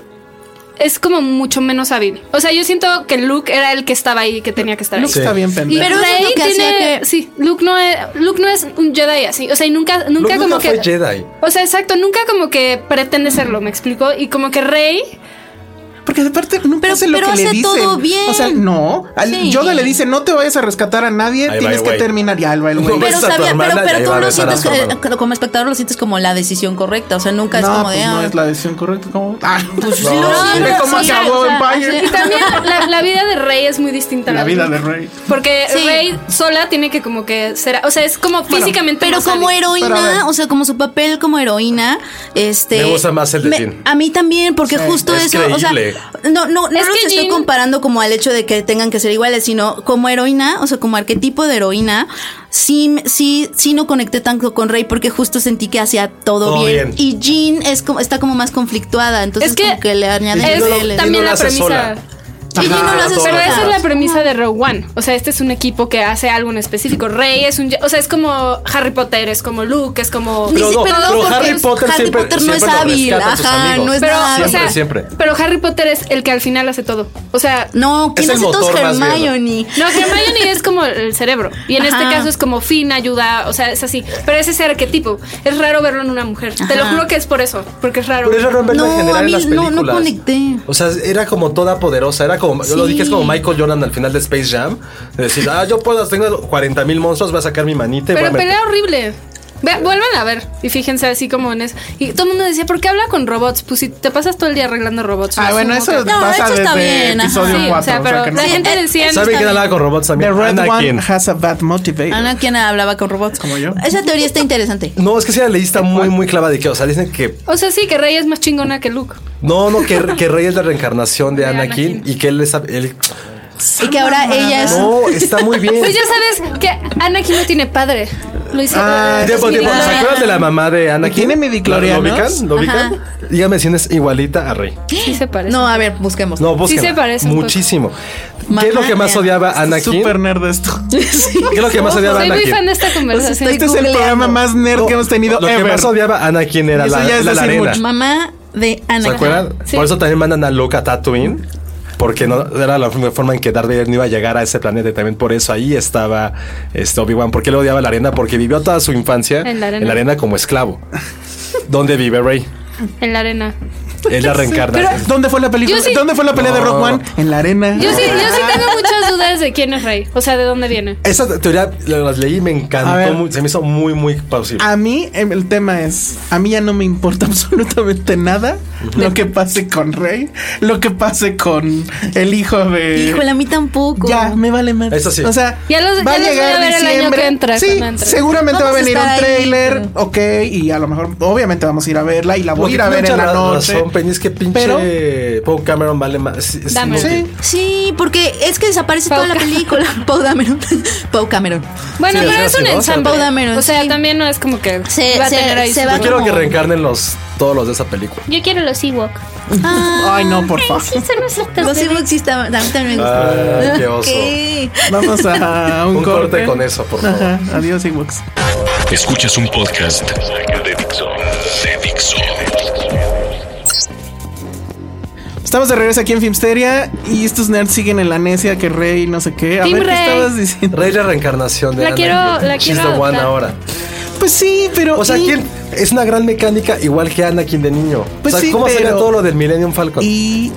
es como mucho menos hábil. O sea, yo siento que Luke era el que estaba ahí, que tenía que estar Luke ahí. está bien Y pendejo. Pero eso es Rey lo que hacía tiene, que- sí, Luke no es, Luke no es un Jedi así, o sea, y nunca, nunca Luke como nunca que, fue Jedi. o sea, exacto, nunca como que pretende serlo, me explico, y como que Rey, Porque aparte nunca Pero- hace lo pero que le hace dicen. todo bien. O sea, no. Al Sí. Yoda le dice, no te vayas a rescatar a nadie, Ahí va tienes el que güey. terminar. Ya, ahí va el güey. No, Pero besas a tu sabía, hermana pero, y pero ahí tú va a lo besar a sientes, su eh, hermano. como espectador lo sientes como la decisión correcta. O sea, nunca es No, como de. pues no ah, es la decisión correcta. ¿Cómo? Ah, pues sí, No, lo sí, Ve pero cómo sí, acabó o sea, Empire. y también la, la vida de Rey es muy distinta a La de vida Luke. de Rey. Porque Sí. Rey sola tiene que como que ser, o sea, es como físicamente Pero más como hábil. Pero a ver. heroína, o sea, como su papel como heroína, este. Me gusta más el de me- Jean. A mí también, porque justo Es eso, o sea, creíble. no, no, no Es los que estoy Jean- comparando como al hecho de que tengan que ser iguales, sino como heroína, o sea, como arquetipo de heroína, sí, sí, sí no conecté tanto con Rey porque justo sentí que hacía todo, Todo bien. bien. Y Jean es como, está como más conflictuada, entonces Es que como que le añade Es niveles. también lo la hace premisa. sola. Y Jean no lo hace todo. Pero sola. esa es la premisa de Rogue One. O sea, este es un equipo que hace algo en específico. Rey es un... O sea, es como Harry Potter, es como Luke, es como... Ni Pero si- no, pero no, pero porque Harry es- Potter Harry siempre- Potter no es siempre lo hábil, rescata a sus ajá, amigos. no es Pero, nada. o sea, Siempre, siempre. pero Harry Potter es el que al final hace todo. O sea... No, ¿quién Es el hace todos motor más bien, ¿no? Hermione? No, Hermione es como el cerebro. Y en este Ajá. caso es como Finn ayuda, o sea, es así. Pero es ese arquetipo. Es raro verlo en una mujer. Te lo Ajá. juro que es por eso. Porque es raro. Pero es raro verlo en No, general a mí en las no, películas. no conecté. O sea, era como toda poderosa. Era como, yo lo Sí. dije, es como Michael Jordan al final de Space Jam. De decir, ah, yo puedo, tengo cuarenta mil monstruos, voy a sacar mi manita y Pero voy a meter- pelea horrible. Ve, vuelvan a ver y fíjense así como en eso. Y todo el mundo decía, ¿por qué habla con robots? Pues si te pasas todo el día arreglando robots. Ah, yo bueno, asumo eso que- No, pasa eso está desde bien, ajá. episodio Sí, cuatro. o sea, pero que no- la gente decía... ¿Saben quién hablaba con robots The también? Red Anakin. One has a bad motivator. Ana, quien hablaba con robots. Como yo. Esa teoría está interesante. No, es que sí la leí, está muy, muy clavada de que, o sea, dicen que O sea, sí, que Rey es más chingona que Luke. no, no, que, que Rey es la reencarnación de De Anakin, Anakin. y que él es él, Y que ahora ella es. no, está muy bien. Pues ya sabes que Anakin no tiene padre. Lo hice. Ah, Tiempo, tiempo. ¿Se acuerdan de la mamá de Anakin? ¿Tiene midichlorianos? ¿Lo ubican? ¿Lo ubican? Dígame si no es igualita a Rey. Sí se parece. No, a ver, busquemos. No, búsquenla. se parece un poco. muchísimo. Mamá ¿Qué es lo que más de- odiaba a Anakin? Súper nerd esto. ¿Qué es lo que más odiaba a Soy muy Anakin? fan de esta conversación. Este es el programa más nerd que hemos tenido Lo que ever. más odiaba a Anakin era Eso la, ya es la, la decir arena. mucho. Mamá de Ana. ¿Se acuerdan? Sí. Por eso también mandan a Luke a Tatooine. porque no era la forma en que Darth Vader no iba a llegar a ese planeta y también por eso ahí estaba este Obi-Wan. ¿Por qué le odiaba la arena? Porque vivió toda su infancia en la arena, en la arena como esclavo. ¿Dónde vive Rey? En la arena. Es la reencarnación. ¿Dónde fue la película? Sí, ¿Dónde fue la pelea no. de Rogue One? En la arena. Yo sí, yo sí tengo muchas dudas de quién es Rey. O sea, ¿de dónde viene? Esa teoría las leí y me encantó. Muy, se me hizo muy, muy plausible. A mí, el tema es: a mí ya no me importa absolutamente nada uh-huh. lo que pase con Rey, lo que pase con el hijo de. Híjole, a mí tampoco. Ya, me vale más. Eso sí. O sea, ya los, va ya a llegar voy a ver diciembre. El año que entra, sí, seguramente vamos va a venir a un trailer. Ahí, ok, y a lo mejor, obviamente, vamos a ir a verla y la voy a ir a ver en la noche. Razón, Penny, es que pinche. Pero, Poe Cameron vale más. Sí, sí. sí, porque es que desaparece Poe toda la película. Poe Dameron. Poe Cameron. Bueno, sí, pero es un ensamble. Poe Dameron. O sea, sí. también no es como que se va a se, tener ahí. Se Yo va quiero como... que reencarnen los todos los de esa película. Yo quiero los Ewok. Ah, Ay, no, por favor. Sí, son nuestros los Ewok sí estaban. También me gustan. Ay, qué oso. ¿Qué? Vamos a un, un corte. corte con eso, por favor. Ajá. Adiós, Ewoks. Escuchas un podcast de Dixo. De Dixo. Estamos de regreso aquí en Filmsteria y estos nerds siguen en la necia que Rey no sé qué. A Team ver, Rey. ¿qué estabas diciendo? Rey la reencarnación de La Ana. quiero, la She's quiero the one adoptar. ahora. Pues sí, pero... O sea, y... ¿quién? Es una gran mecánica igual que Anakin de niño. Pues o sea, sí, ¿cómo pero... sería todo lo del Millennium Falcon? Y...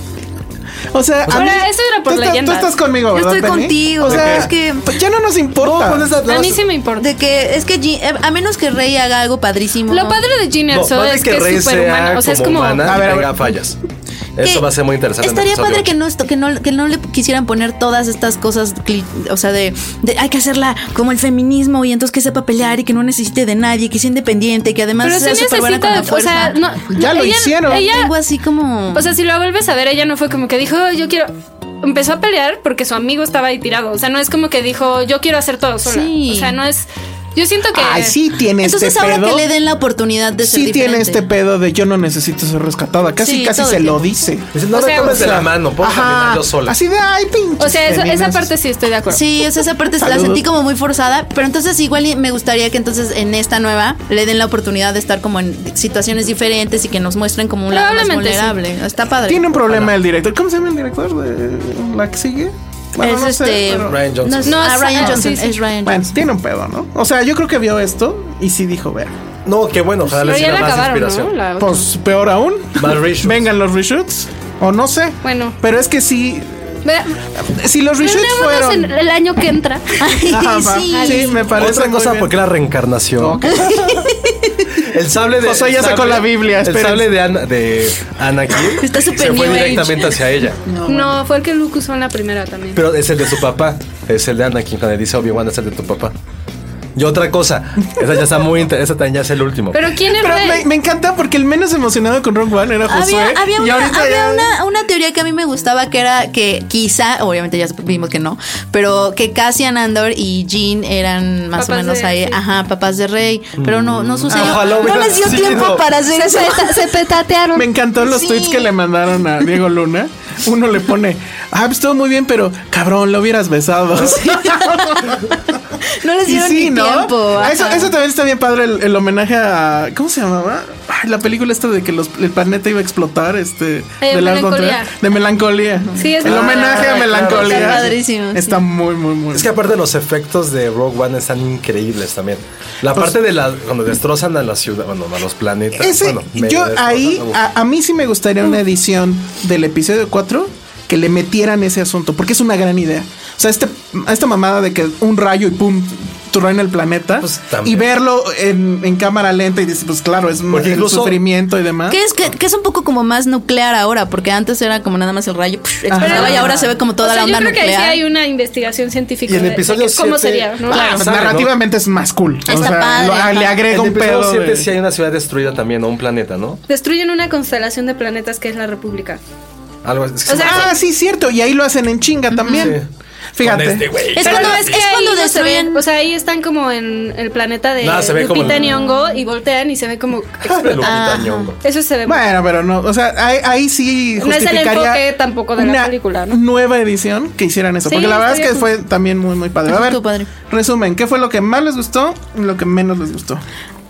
o sea, Ahora, a mí, eso era por tú, estás, leyendas. tú estás conmigo, Yo ¿verdad, estoy Penny? contigo. O sea, es que... ya no nos importa. No, pues esa- A mí sí me importa. De que es que Jean, a menos que Rey haga algo padrísimo. Lo padre de Jean No, Erso más de es que, Rey es súper sea humana. O sea, es como. humana A y ver, a tenga ver. fallas. Eso va a ser muy interesante. Estaría en el padre episodio que no, esto- que no que no le quisieran poner todas estas cosas, cli- o sea, de, de hay que hacerla como el feminismo y entonces que sepa pelear y que no necesite de nadie, que sea independiente, que además Pero sea sí súper buena con la necesita. O fuerza. sea, no. Ya lo ella- hicieron. Ella, Algo así como... o sea, si lo vuelves a ver, ella no fue como que dijo, yo quiero. Empezó a pelear porque su amigo estaba ahí tirado. O sea, no es como que dijo, yo quiero hacer todo sola. Sí. O sea, no es. Yo siento que. Ay, sí tiene Entonces este ahora pedo. que le den la oportunidad de ser Sí tiene diferente. este pedo de yo no necesito ser rescatada. Casi, Sí, casi todo se el lo tiempo. dice. Dice, no O me sea, tomes de o sea, la mano, puedo Ajá. caminar yo sola. Así de, ay, pinche. O sea, eso- esa parte sí estoy de acuerdo. Sí, o sea, esa parte la Saludos. sentí como muy forzada, pero entonces igual y me gustaría que entonces en esta nueva le den la oportunidad de estar como en situaciones diferentes y que nos muestren como un lado más Probablemente sí. vulnerable. Está padre. Tiene un problema el director. ¿Cómo se llama el director de la que sigue? Bueno, es no sé, este pero- Ryan Johnson. No, es- No, ah, es- Ryan ah, Johnson, sí, sí. es Ryan Bueno, Johnson. tiene un pedo, ¿no? O sea, yo creo que vio esto y sí dijo, ver. No, qué bueno, ojalá Pero les ya sirva la más acabaron, inspiración. ¿no? La otra. Pues peor aún. Más reshoots. Vengan los reshoots. O no sé. Bueno. Pero es que sí. Vea, Si los reshoots veámonos fueron. en el año que entra. Ay, Ajá, va. sí. Sí, me parece. Otra muy cosa, bien. porque la reencarnación. Ok. El sable de. José ya el sacó sable- la Biblia, El espérense. sable de, Ana, de Anakin Está súper se fue new age. directamente hacia ella. No, fue el que Luke usó en la primera también. Pero es el de su papá. Es el de Anakin. Cuando le dice Obi-Wan, es el de tu papá. Y otra cosa. Esa ya está muy interesante. Esa también ya es el último. Pero ¿quién es Pero Rey? me, me encanta porque el menos emocionado con Rogue One era Josué. Había, había, y una, ahorita había ya- una, una teoría que a mí me gustaba que era que quizá, obviamente ya vimos que no, pero que Cassian Andor y Jean eran más Papás o menos de- ahí, sí. ajá, papás de Rey, pero no, no sucedió. Ojalá No hubiera les dio sido. tiempo para hacer eso. Se petatearon. Me encantó los Sí. tweets que le mandaron a Diego Luna. Uno le pone, ah, pues todo muy bien, pero cabrón, lo hubieras besado. No les Y dieron sí, ni ¿no? tiempo. Eso, ajá. eso también está bien padre, el, el homenaje a. ¿Cómo se llamaba? Ay, la película esta de que los- el planeta iba a explotar, este. Eh, de Lars von Melancolía. Trier. De melancolía. Sí, es el muy homenaje padre. a melancolía. Está padrísimo, sí. Está muy, muy, muy. Es que aparte los efectos de Rogue One están increíbles también. La Pues- parte de la cuando destrozan a la ciudad, bueno, a los planetas. Ese, bueno, medio yo destrozan, ahí, uf. a, a mí sí me gustaría una edición del episodio cuatro que le metieran ese asunto, porque es una gran idea. O sea, este, esta mamada de que un rayo y pum, truena el planeta Pues, también. y verlo en, en cámara lenta y dices, pues claro, es Porque el incluso- sufrimiento y demás. Que es, que, que es un poco como más nuclear ahora, porque antes era como nada más el rayo psh, explotaba Ajá. y ahora se ve como toda O sea, la onda yo creo que ahí nuclear. sí hay una investigación científica. Y el de- de episodio que cómo siete sería, ¿no? Claro. Pues, sabe, ¿no? narrativamente es más cool. Está o sea, padre, lo- ajá. le agrega En el un pedo. episodio siete de- sí hay una ciudad destruida también, o un planeta, ¿no? Destruyen una constelación de planetas que es la República. Algo es que O sea, Ah, sí, cierto. Y ahí lo hacen en chinga también. Sí. Fíjate. Con este güey. Es Pero cuando, no, es, que es ahí cuando no se destruyen. ven, o sea, ahí están como en el planeta de Nada, se ve como Lupita el- Nyong'o y voltean y se ve como Lupita Ajá. Nyong'o. eso se ve. Bueno, pero no, o sea, ahí, ahí sí No es el justificaría enfoque tampoco de la una película, ¿no? nueva edición que hicieran eso, Sí, porque la verdad es que estaría fue también muy muy padre. A ver, Estuvo padre. resumen, ¿qué fue lo que más les gustó y lo que menos les gustó?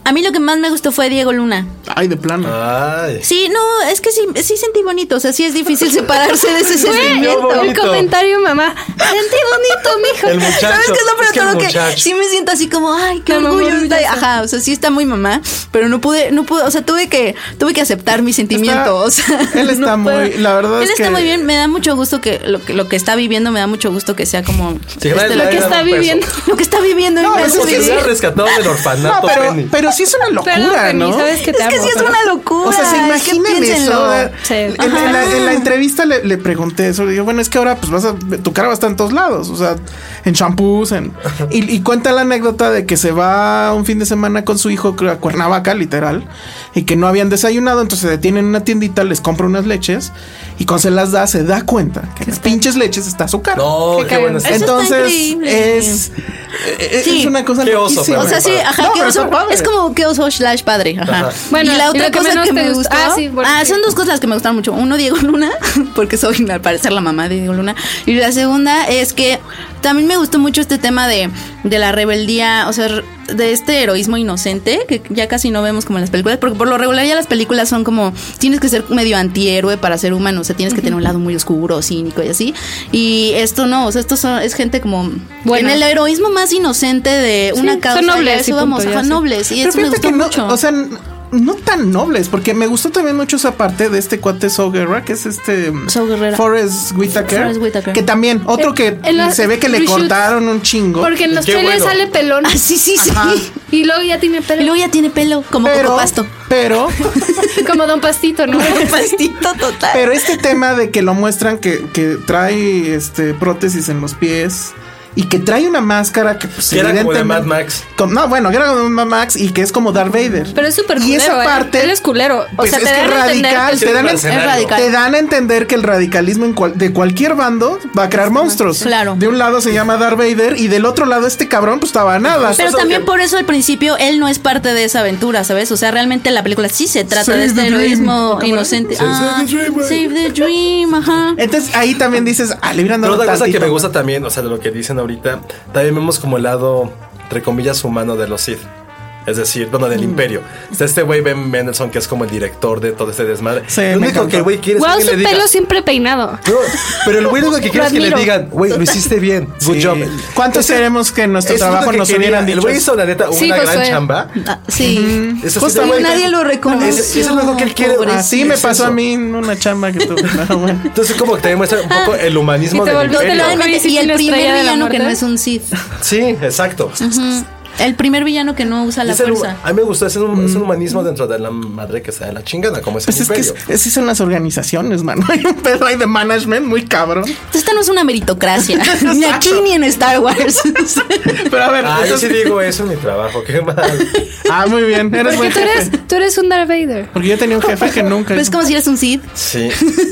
A mí lo que más me gustó fue Diego Luna. Ay, de plano. Ay. Sí, no, es que sí, sí sentí bonito. O sea, sí es difícil separarse de ese Güey, sentimiento. el comentario, mamá. Sentí bonito, mijo. El muchacho. ¿Sabes qué es lo peor Es que de el todo? Que muchacho. sí me siento así como, ay, qué La mamá orgullo. Está, orgullosa. ajá, o sea, sí está muy mamá, pero no pude, no pude, o sea, tuve que, tuve que aceptar mis sentimientos. Está- él está No muy- puedo. la verdad Él es está que- muy bien, me da mucho gusto que lo, que lo que está viviendo, me da mucho gusto que sea como Sí, este, nadie lo le que ha está dado un peso. viviendo. lo que está viviendo. No, me es hace Como que vivir. se ha rescatado del No, orfanato, pero, Penny. pero sí es una locura, Perdón, Penny, ¿no? sabes que te Es amo. que sí es pero- una locura. O sea, se es que imaginen eso. piénsenlo. eh, Sí. En, en la, en la entrevista le, le pregunté eso. Le digo, bueno, es que ahora pues vas a. Tu cara va a estar en todos lados. O sea, en shampoos. En, y, y cuenta la anécdota de que se va un fin de semana con su hijo creo, a Cuernavaca, literal. Y que no habían desayunado. Entonces se detiene en una tiendita, les compra unas leches. Y cuando se las da, se da cuenta que en las pinches leches está su cara. No, Qué qué buena cagado. escena. Eso está Entonces increíble. es, es Sí. es una cosa Qué oso, loquísima. O sea, sí, ajá, No, qué pero oso. está padre. Es como que oso slash padre. Ajá. Ajá. Bueno, y la ¿y otra lo que cosa menos que te me gustó? gustó. Ah, sí, bueno, ah, sí. son dos cosas que me gustaron mucho. Uno, Diego Luna, porque soy al parecer la mamá de Diego Luna. Y la segunda es que también me gustó mucho este tema de, de la rebeldía, o sea, de este heroísmo inocente, que ya casi no vemos como en las películas, porque por lo regular ya las películas son como, tienes que ser medio antihéroe para ser humano, o sea, tienes que tener un lado muy oscuro, cínico y así. Y esto no, o sea, esto son, es gente como Bueno. en el heroísmo más inocente de Sí, una son causa. nobles, y a eso y vamos, punto, ya ajá, sé. nobles. Y Pero eso me fíjate gustó que no, mucho. o sea, n- no tan nobles, porque me gustó también mucho esa parte de este cuate Saul Guerra, que es este Saul Guerrera. Forrest Whitaker, Forrest Whitaker. que también otro que en la- se ve que le reshoots. cortaron un chingo. Porque en los Qué trailers bueno. sale pelón. Ah, sí, sí, sí. Ajá. Y luego ya tiene Y pelo. luego ya tiene pelo, como pero, Coco Pasto. pero, Como Don Pastito, ¿no? Un pastito total. pero este tema de que lo muestran que, que trae este prótesis en los pies y que trae una máscara que pues Que era como de Mad evidentemente- Max. Com- no, bueno, que era como de Mad Max y que es como Darth Vader. Pero es súper Y culero, esa ¿eh? parte, Él es culero. O pues sea, es te que dan a entender radical, que te dan, es a- Es radical. te dan a entender que el radicalismo en cual- de cualquier bando va a crear monstruos. Claro. De un lado se llama Darth Vader y del otro lado este cabrón pues estaba nada. Pero Eso también que- por eso al principio él no es parte de esa aventura, ¿sabes? O sea, realmente la película sí se trata Save de este the dream. heroísmo ¿Cómo era? inocente. Save Ah, the dream, güey. Save the dream, ajá. Entonces ahí también dices, ah, le hubieran Pero dado otra cosa que tantito me más. gusta también, o sea, de lo que dicen ahorita, también vemos como el lado, entre comillas, humano de los Sith. Es decir, bueno, Mm. del Imperio. Está este güey Ben Mendelsohn, que es como el director de todo este desmadre. Sí, lo me único encantó. que el güey quiere es Wow, que su alguien le diga. pelo siempre peinado. No, pero el güey lo que quiere es que le admiro. digan, güey, lo hiciste bien, good Sí. job. ¿Cuántos Ese- queremos que en nuestro eso es lo trabajo que nos quería. hubieran dicho? El güey hizo, la neta, una Sí, gran Josué. chamba. Ah, sí. Eso sí, Justo, está güey, muy- Nadie lo reconoce. Eso es lo que él quiere. Así me Es pasó eso. a mí en una chamba que tuve. No, bueno. Entonces, como que te demuestra un poco el humanismo Y te del volvió- te Imperio. lo- Totalmente. Y el Una estrella primer de la villano que muerte. no es un Sith. Sí, exacto. Ujú. El primer villano que no usa la Es el- fuerza. a mí me gustó, es un, es un humanismo dentro de la madre que sea de la chingada, como es Pues el es que Imperio. es- así son las organizaciones, mano. Hay un pedo ahí de management muy cabrón. Esta no es una meritocracia. Ni aquí ni en Star Wars. Pero a ver, Ah, yo sí entonces- digo eso en mi trabajo, qué mal. ah, muy bien, eres Porque buen tú eres, jefe. tú eres un Darth Vader. Porque yo tenía un jefe que nunca. Pero es como si eres un Sith. Sí.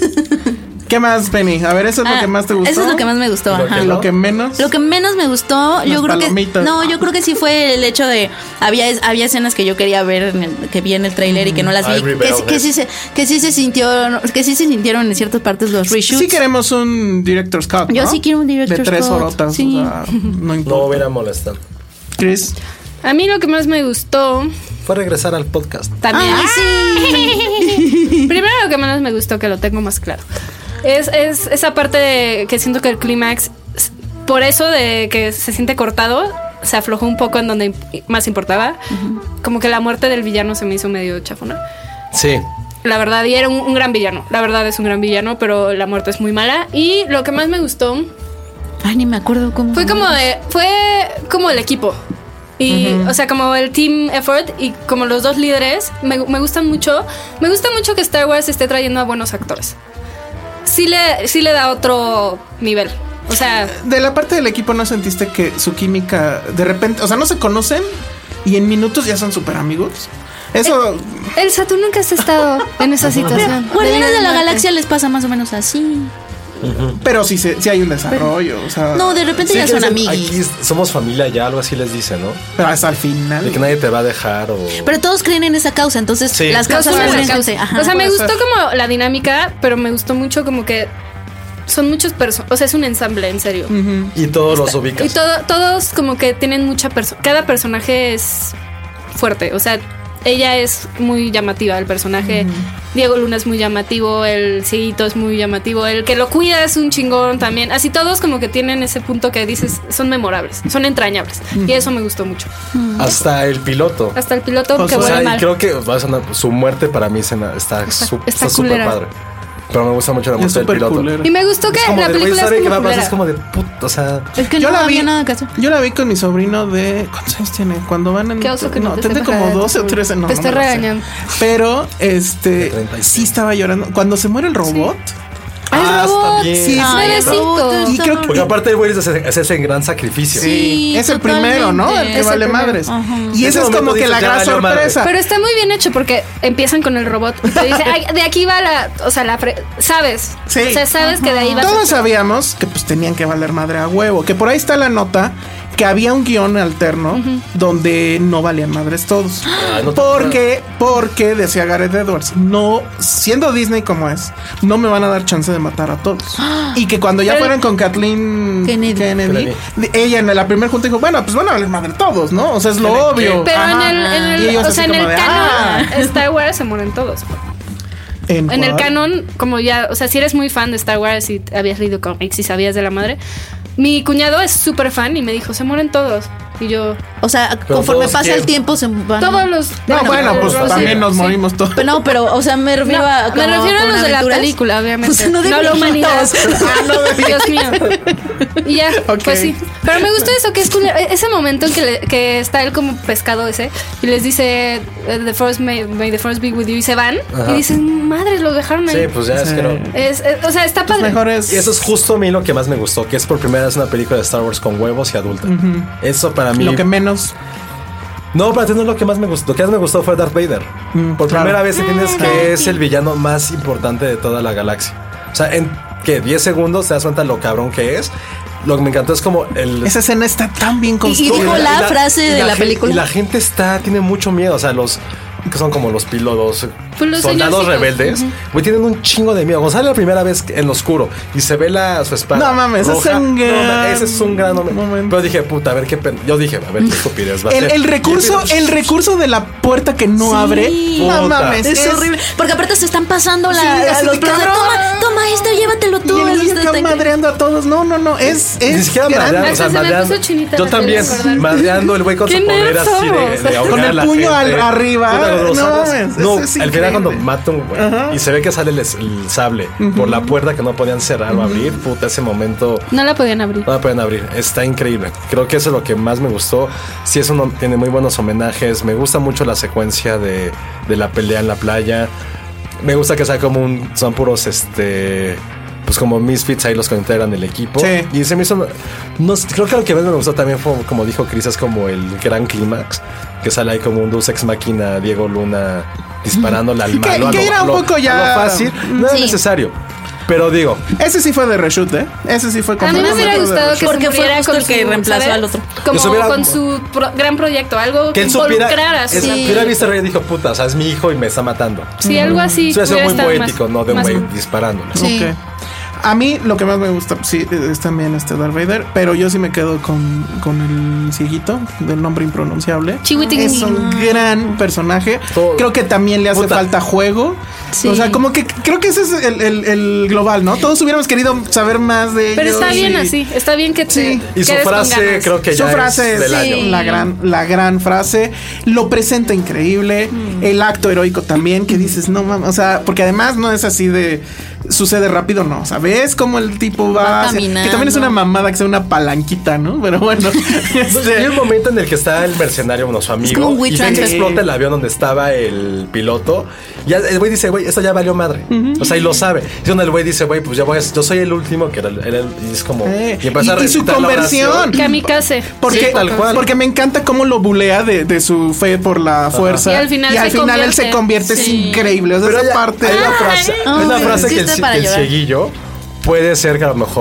¿Qué más, Penny? A ver, eso es lo Ah, que más te gustó. Eso es lo que más me gustó. ¿Y lo Ajá. que Y lo que menos. Lo que menos me gustó, yo creo palomitas. que no, yo creo que sí fue el hecho de había había escenas que yo quería ver en el- que vi en el tráiler y que no las vi, Ay, que, Rebel, sí- que ¿eh? sí se que sí se sintió que sí se sintieron en ciertas partes los reshoots. Sí queremos un director's cut, Yo ¿no? sí quiero un director's De tres cut, horotas, sí. o sea, no No importa. hubiera molestado. Chris, A mí lo que más me gustó Fue regresar al podcast. también. Ay, sí. Primero lo que menos me gustó, que lo tengo más claro, es, es esa parte de que siento que el clímax, s- por eso de que se siente cortado, se aflojó un poco en donde imp- más importaba. Como que la muerte del villano se me hizo medio chafona. Sí. La verdad, y era un, un gran villano. La verdad es un gran villano, pero la muerte es muy mala. Y lo que más me gustó Ay, ni me acuerdo cómo. fue como de, fue como el equipo. Y, o sea, como el team effort y como los dos líderes, me, me gustan mucho. Me gusta mucho que Star Wars esté trayendo a buenos actores. Sí le, sí le da otro nivel. O sea, de la parte del equipo, ¿no sentiste que su química de repente, o sea, no se conocen y en minutos ya son súper amigos? Eso, Elsa, tú nunca has estado en esa situación. Guardianes de la muerte. Galaxia les pasa más o menos así. pero sí, se- sí hay un desarrollo, o sea, No, de repente Sí, ya que son dicen, amiguis. Aquí somos familia ya, algo así les dicen, ¿no? pero hasta el final. De que nadie te va a dejar o... Pero todos creen en esa causa, entonces Sí. las Los causas unen son la en causa. causa. Ajá. O sea, me puede gustó ser. como la dinámica, pero me gustó mucho como que son muchas personas. O sea, es un ensamble, en serio. Y todos los ubicas. Y todo, todos como que tienen mucha persona. Cada personaje es fuerte. O sea, ella es muy llamativa, el personaje. Mm. Diego Luna es muy llamativo, el cieguito es muy llamativo, el que lo cuida es un chingón también. Así todos como que tienen ese punto que dices, son memorables, son entrañables. Mm. Y eso me gustó mucho. Mm. Hasta el piloto. Hasta el piloto o que sea, vuelve mal. Y creo que su muerte para mí está súper padre. Pero me gusta mucho la muerte del piloto. Culera. Y me gustó que la película sabe es que va a culera. pasar, es como de puto, o sea, es que yo no la vi, había nada que hacer. Yo la vi con mi sobrino de ¿cuántos años tiene? Cuando van en Qué oso que no, no te tendré como doce o trece, no. Te estoy no regañando. Pero este sí estaba llorando cuando se muere el robot. Sí. El ah, robot, sí, bebecito. Y creo que porque aparte el güey es ese, es ese gran sacrificio. Sí, es el primero, ¿no? El que es vale el madres. Ajá. Y esa es como que la gran sorpresa. Pero está muy bien hecho porque empiezan con el robot y te dice, ay, de aquí va la, o sea, la fre sabes. Sí. O sea, sabes Ajá. que de ahí va. Todos sabíamos que pues tenían que valer madre a huevo, que por ahí está la nota que había un guión alterno uh-huh. donde no valían madres todos. Ah, no porque, porque decía Gareth Edwards, no, siendo Disney como es, no me van a dar chance de matar a todos. Y que cuando ya Pero, fueran con Kathleen Kennedy, Kennedy, Kennedy, ella en la primera junta dijo, bueno, pues van a valer madre todos, ¿no? O sea, es lo obvio. Pero Ajá. en el, en el o sea, en el de, canon, ah. Star Wars se mueren todos. ¿En, en el canon, como ya, o sea, si eres muy fan de Star Wars y habías leído cómics y sabías de la madre, mi cuñado es súper fan y me dijo, se mueren todos. Y yo... O sea, pero conforme pasa quién? el tiempo se van... Todos los... No, bueno, bueno pues los, también sí, nos morimos sí. todos. Pero no, pero, o sea, me refiero no, a... Me refiero a los de la película, obviamente. Pues no de no la humanidad. Ah, no de Dios mío. Y ya, okay. Pues sí. Pero me gustó eso, que es cool. Ese momento en que, le, que está él como pescado ese y les dice, the first may, may the first be with you, y se van. Ajá. Y dicen, madre, lo dejaron ahí. Sí, pues ya sí. es que no. Es, es, o sea, está padre. Mejores... Y eso es justo a mí lo que más me gustó, que es por primera vez una película de Star Wars con huevos y adulta. Uh-huh. Eso para mí... Lo que menos... No, para ti no es lo que más me gustó. Lo que más me gustó fue Darth Vader. Mm, Por claro. primera vez entiendes mm, que es el villano más importante de toda la galaxia. O sea, en que diez segundos te das cuenta lo cabrón que es. Lo que me encantó es como el... Esa escena está tan bien construida. Y dijo la, la frase de la, la película. Y la gente está, tiene mucho miedo. O sea, los... que son como los pilotos, pues los soldados rebeldes, güey, uh-huh. tienen un chingo de miedo. Cuando sale la primera vez en lo oscuro y se ve la su espada. No mames, roja, es un gran... no, ese es un gran momento. Pero dije, puta, a ver qué pen... yo dije, a ver qué estupidez va a el, ser. El recurso, el recurso de la puerta que no sí. abre, puta. No mames, es, es horrible. Porque aparte se están pasando la, sí, la los platos. Toma, toma esto, llévatelo tú. Y el están madreando a todos. No, no, no, es es ni siquiera madreando, o sea, madreando. Yo también madreando el güey con su poder así de, de con el puño arriba. No, no, al final cuando mata un güey y se ve que sale el, el sable uh-huh. por la puerta que no podían cerrar uh-huh. o abrir, puta, ese momento no la podían abrir. No la podían abrir. Está increíble. Creo que eso es lo que más me gustó. Sí, eso no, tiene muy buenos homenajes. Me gusta mucho la secuencia de, de la pelea en la playa. Me gusta que sea como un... Son puros, este... pues como misfits ahí los que integran el equipo. Sí. Y se me hizo... No, creo que lo que más me gustó también fue, como dijo Chris, es como el gran clímax. Que sale ahí como un Deus Ex Machina, Diego Luna disparándole al malo. Que, que era un lo, poco ya... lo fácil. No sí. es necesario. Pero digo... Ese sí fue de reshoot, ¿eh? Ese sí fue... A mí me hubiera gustado que porque fue justo el que su, reemplazó ¿sabes? al otro. Como supiera, con su pro, gran proyecto. Algo que él supiera... así. Es, hubiera visto y dijo, puta, o sea, es mi hijo y me está matando. Sí, algo así. Eso hubiera sido muy poético, más, no de un güey disparándole. Sí. Okay. A mí lo que más me gusta sí, es también este Darth Vader, pero yo sí me quedo con, con el cieguito del nombre impronunciable. Chihuitín. Es un gran personaje. Todo. Creo que también le hace Puta. falta juego. Sí. O sea, como que creo que ese es el, el, el global, ¿no? Todos hubiéramos querido saber más de pero ellos. Pero está bien y... así, está bien que te sí. Y su frase creo que ya su frase es del sí. año. La gran, la gran frase. Lo presenta increíble. Mm. El acto heroico también, que dices, no mames. O sea, porque además no es así de... Sucede rápido, no. O sea, ves cómo el tipo va, va hacia, que también es una mamada que sea una palanquita, ¿no? Pero bueno. este... Hay un momento en el que está el mercenario, bueno, su amigo, y ve que explota el avión donde estaba el piloto. Y el güey dice, güey, esto ya valió madre. Uh-huh. O sea, y lo sabe. Y donde el güey dice, güey, pues ya voy a, yo soy el último que era el, el, el y es como eh, y empieza y, a recitar y su conversión. Kamikaze. Porque, sí, tal cual. Porque me encanta cómo lo bulea de, de su fe por la fuerza. Y al final, y al se, final convierte. él se convierte. Sí. Es increíble. O sea, pero esa ella, parte. Hay una frase, oh, es la frase sí que el, el cieguillo puede ser que a lo mejor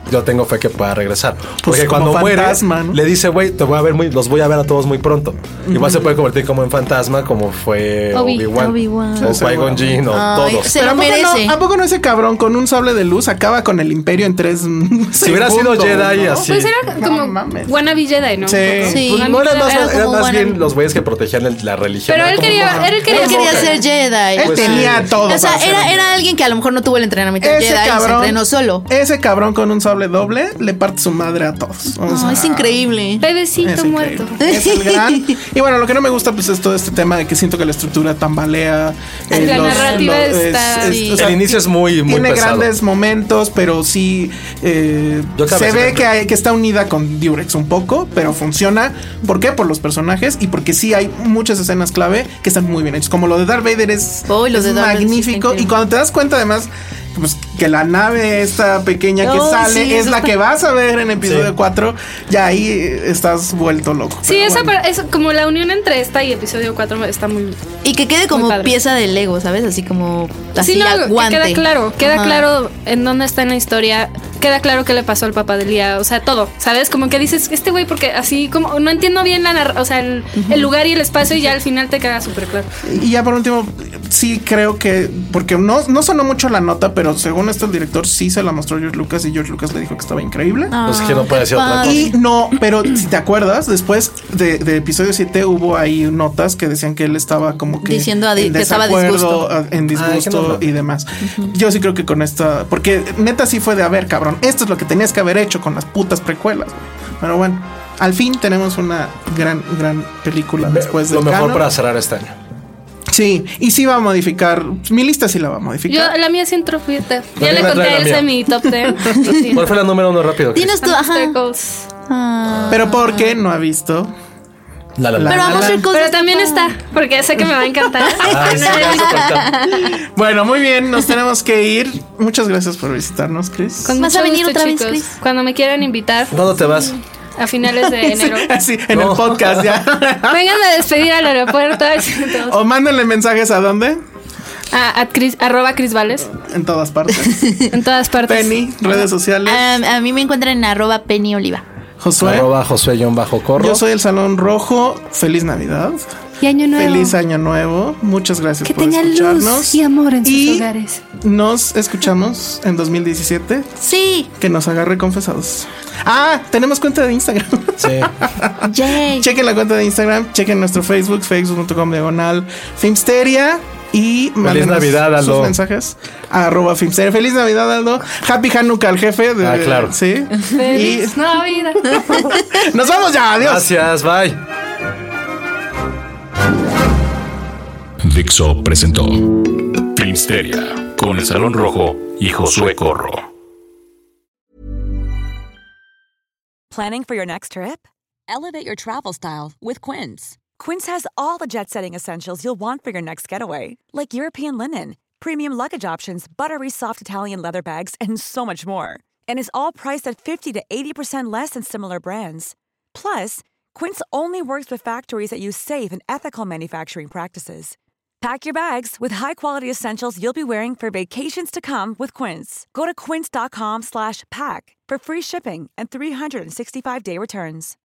yo tengo fe que pueda regresar. Porque Pues como cuando muere, fantasma, ¿no? le dice, güey, te voy a ver muy, los voy a ver a todos muy pronto. Uh-huh. Igual se puede convertir como en fantasma, como fue Obi- Obi-Wan. Obi-Wan. O Qui-Gon Jinn o Ay, todos. se Pero lo ¿a poco merece. No, ¿A poco no ese cabrón con un sable de luz acaba con el imperio en tres Si hubiera sido Jedi ¿no? así. Pues era No como mames. wannabe Jedi, ¿no? Sí. Sí. Pues Wannabe no era Jedi más, era era como más wannabe. bien los güeyes que protegían la religión. Pero Era él como- quería, él quería, Él quería ser Jedi. Él Pues tenía sí. todo. O sea, para ser era, un- era alguien que a lo mejor no tuvo el entrenamiento de ese Jedi y se cabrón, entrenó solo. ese cabrón con un sable doble le parte su madre a todos. O No, sea, es increíble. Bebecito es muerto. increíble. Es el gran. Y bueno, lo que no me gusta pues es todo este tema de que siento que la estructura tambalea. eh, La narrativa está- sí. El inicio es muy, muy tiene pesado. grandes momentos, pero sí eh, Yo cada se vez ve me- que, hay- que está unida con Durex un poco, pero funciona. ¿Por qué? Por los personajes y porque sí hay muchas escenas clave que están muy bien hechas. Como lo de Darth Vader es, Oh, y lo es de Darth Vader sí está magnífico. increíble. Y cuando te das cuenta además pues, que la nave esta pequeña que Oh, sale sí, es eso la está- que vas a ver en episodio Sí. cuatro, ya ahí estás vuelto loco. Sí, Pero esa bueno. par- es como la unión entre esta y episodio cuatro está muy... Y que quede como Muy padre. pieza de Lego, ¿sabes? Así como así Sí, no, aguante. que queda claro, queda Ajá. claro en dónde está en la historia, queda claro qué le pasó al papá de Lía, o sea, todo, ¿sabes? Como que dices, este güey, porque así como no entiendo bien la narra- o sea, el, el lugar y el espacio y ya al final te queda súper claro. Y ya por último, sí creo que, porque no, no sonó mucho la nota, pero según esto el director sí se la mostró George Lucas y George Lucas le dijo que estaba increíble. Ah, Pues es que no puede qué ser otra cosa. padre. Y no, pero si te acuerdas, después de, de episodio siete hubo ahí notas que decían que él estaba como que Diciendo a di- en que estaba desacuerdo, disgusto. a- en disgusto Ay, que no. y demás. Yo sí creo que con esta, porque neta sí fue de, a ver, cabrón, esto es lo que tenías que haber hecho con las putas precuelas. Güey. Pero bueno, al fin tenemos una gran, gran película después de Lo mejor para cerrar este año. Sí, y sí va a modificar. Mi lista sí la va a Yo, modificar. la mía es introfita. La Ya le mía conté trae a la Elsa mía. mi top ten. Sí. ¿Cuál fue la número uno rápido? Chris? Tienes tú, ajá. Monster Ah. Pero porque no ha visto. La, la, la. Pero a La- Monster Calls Pero está también padre. está, porque sé que me va a encantar. Ay, sí, ya se falta. Bueno, muy bien, nos tenemos que ir. Muchas gracias por visitarnos, Chris. Con ¿Vas mucho a venir gusto, otra vez, chicos. Chris? Cuando me quieran invitar ¿Cuándo te vas? a finales de enero. Así, en No. el podcast ya. Vengan a despedir al aeropuerto. O mándenle mensajes a dónde. A, a Chris, arroba Chris Vales. En todas partes. En todas partes. Penny, redes sociales. Ah, a mí me encuentran en arroba Penny Oliva. Josué. Arroba Josué-Corro. Yo soy el Salón Rojo. Feliz Navidad. Y año nuevo. Feliz Año Nuevo. Muchas gracias Que por tengan escucharnos. luz y amor en sus Y hogares. Nos escuchamos en dos mil diecisiete. Sí. Que nos agarre confesados. Ah, tenemos cuenta de Instagram. Sí. Yay. Chequen la cuenta de Instagram, chequen nuestro Facebook, facebook punto com diagonal Filmsteria. Y mándenos Navidad, Aldo. sus mensajes. Arroba Filmsteria. Feliz Navidad, Aldo. Happy Hanukkah al jefe. De, Ah, claro. Sí. Feliz Navidad. Y nos vamos ya. Adiós. Gracias, bye. Dixo presentó Filmsteria con el Salón Rojo y Josué Corro. Planning for your next trip? Elevate your travel style with Quince. Quince has all the jet-setting essentials you'll want for your next getaway, like European linen, premium luggage options, buttery soft Italian leather bags, and so much more. And is all priced at fifty to eighty percent less than similar brands. Plus, Quince only works with factories that use safe and ethical manufacturing practices. Pack your bags with high-quality essentials you'll be wearing for vacations to come with Quince. Go to quince.com slash pack for free shipping and three sixty-five day returns.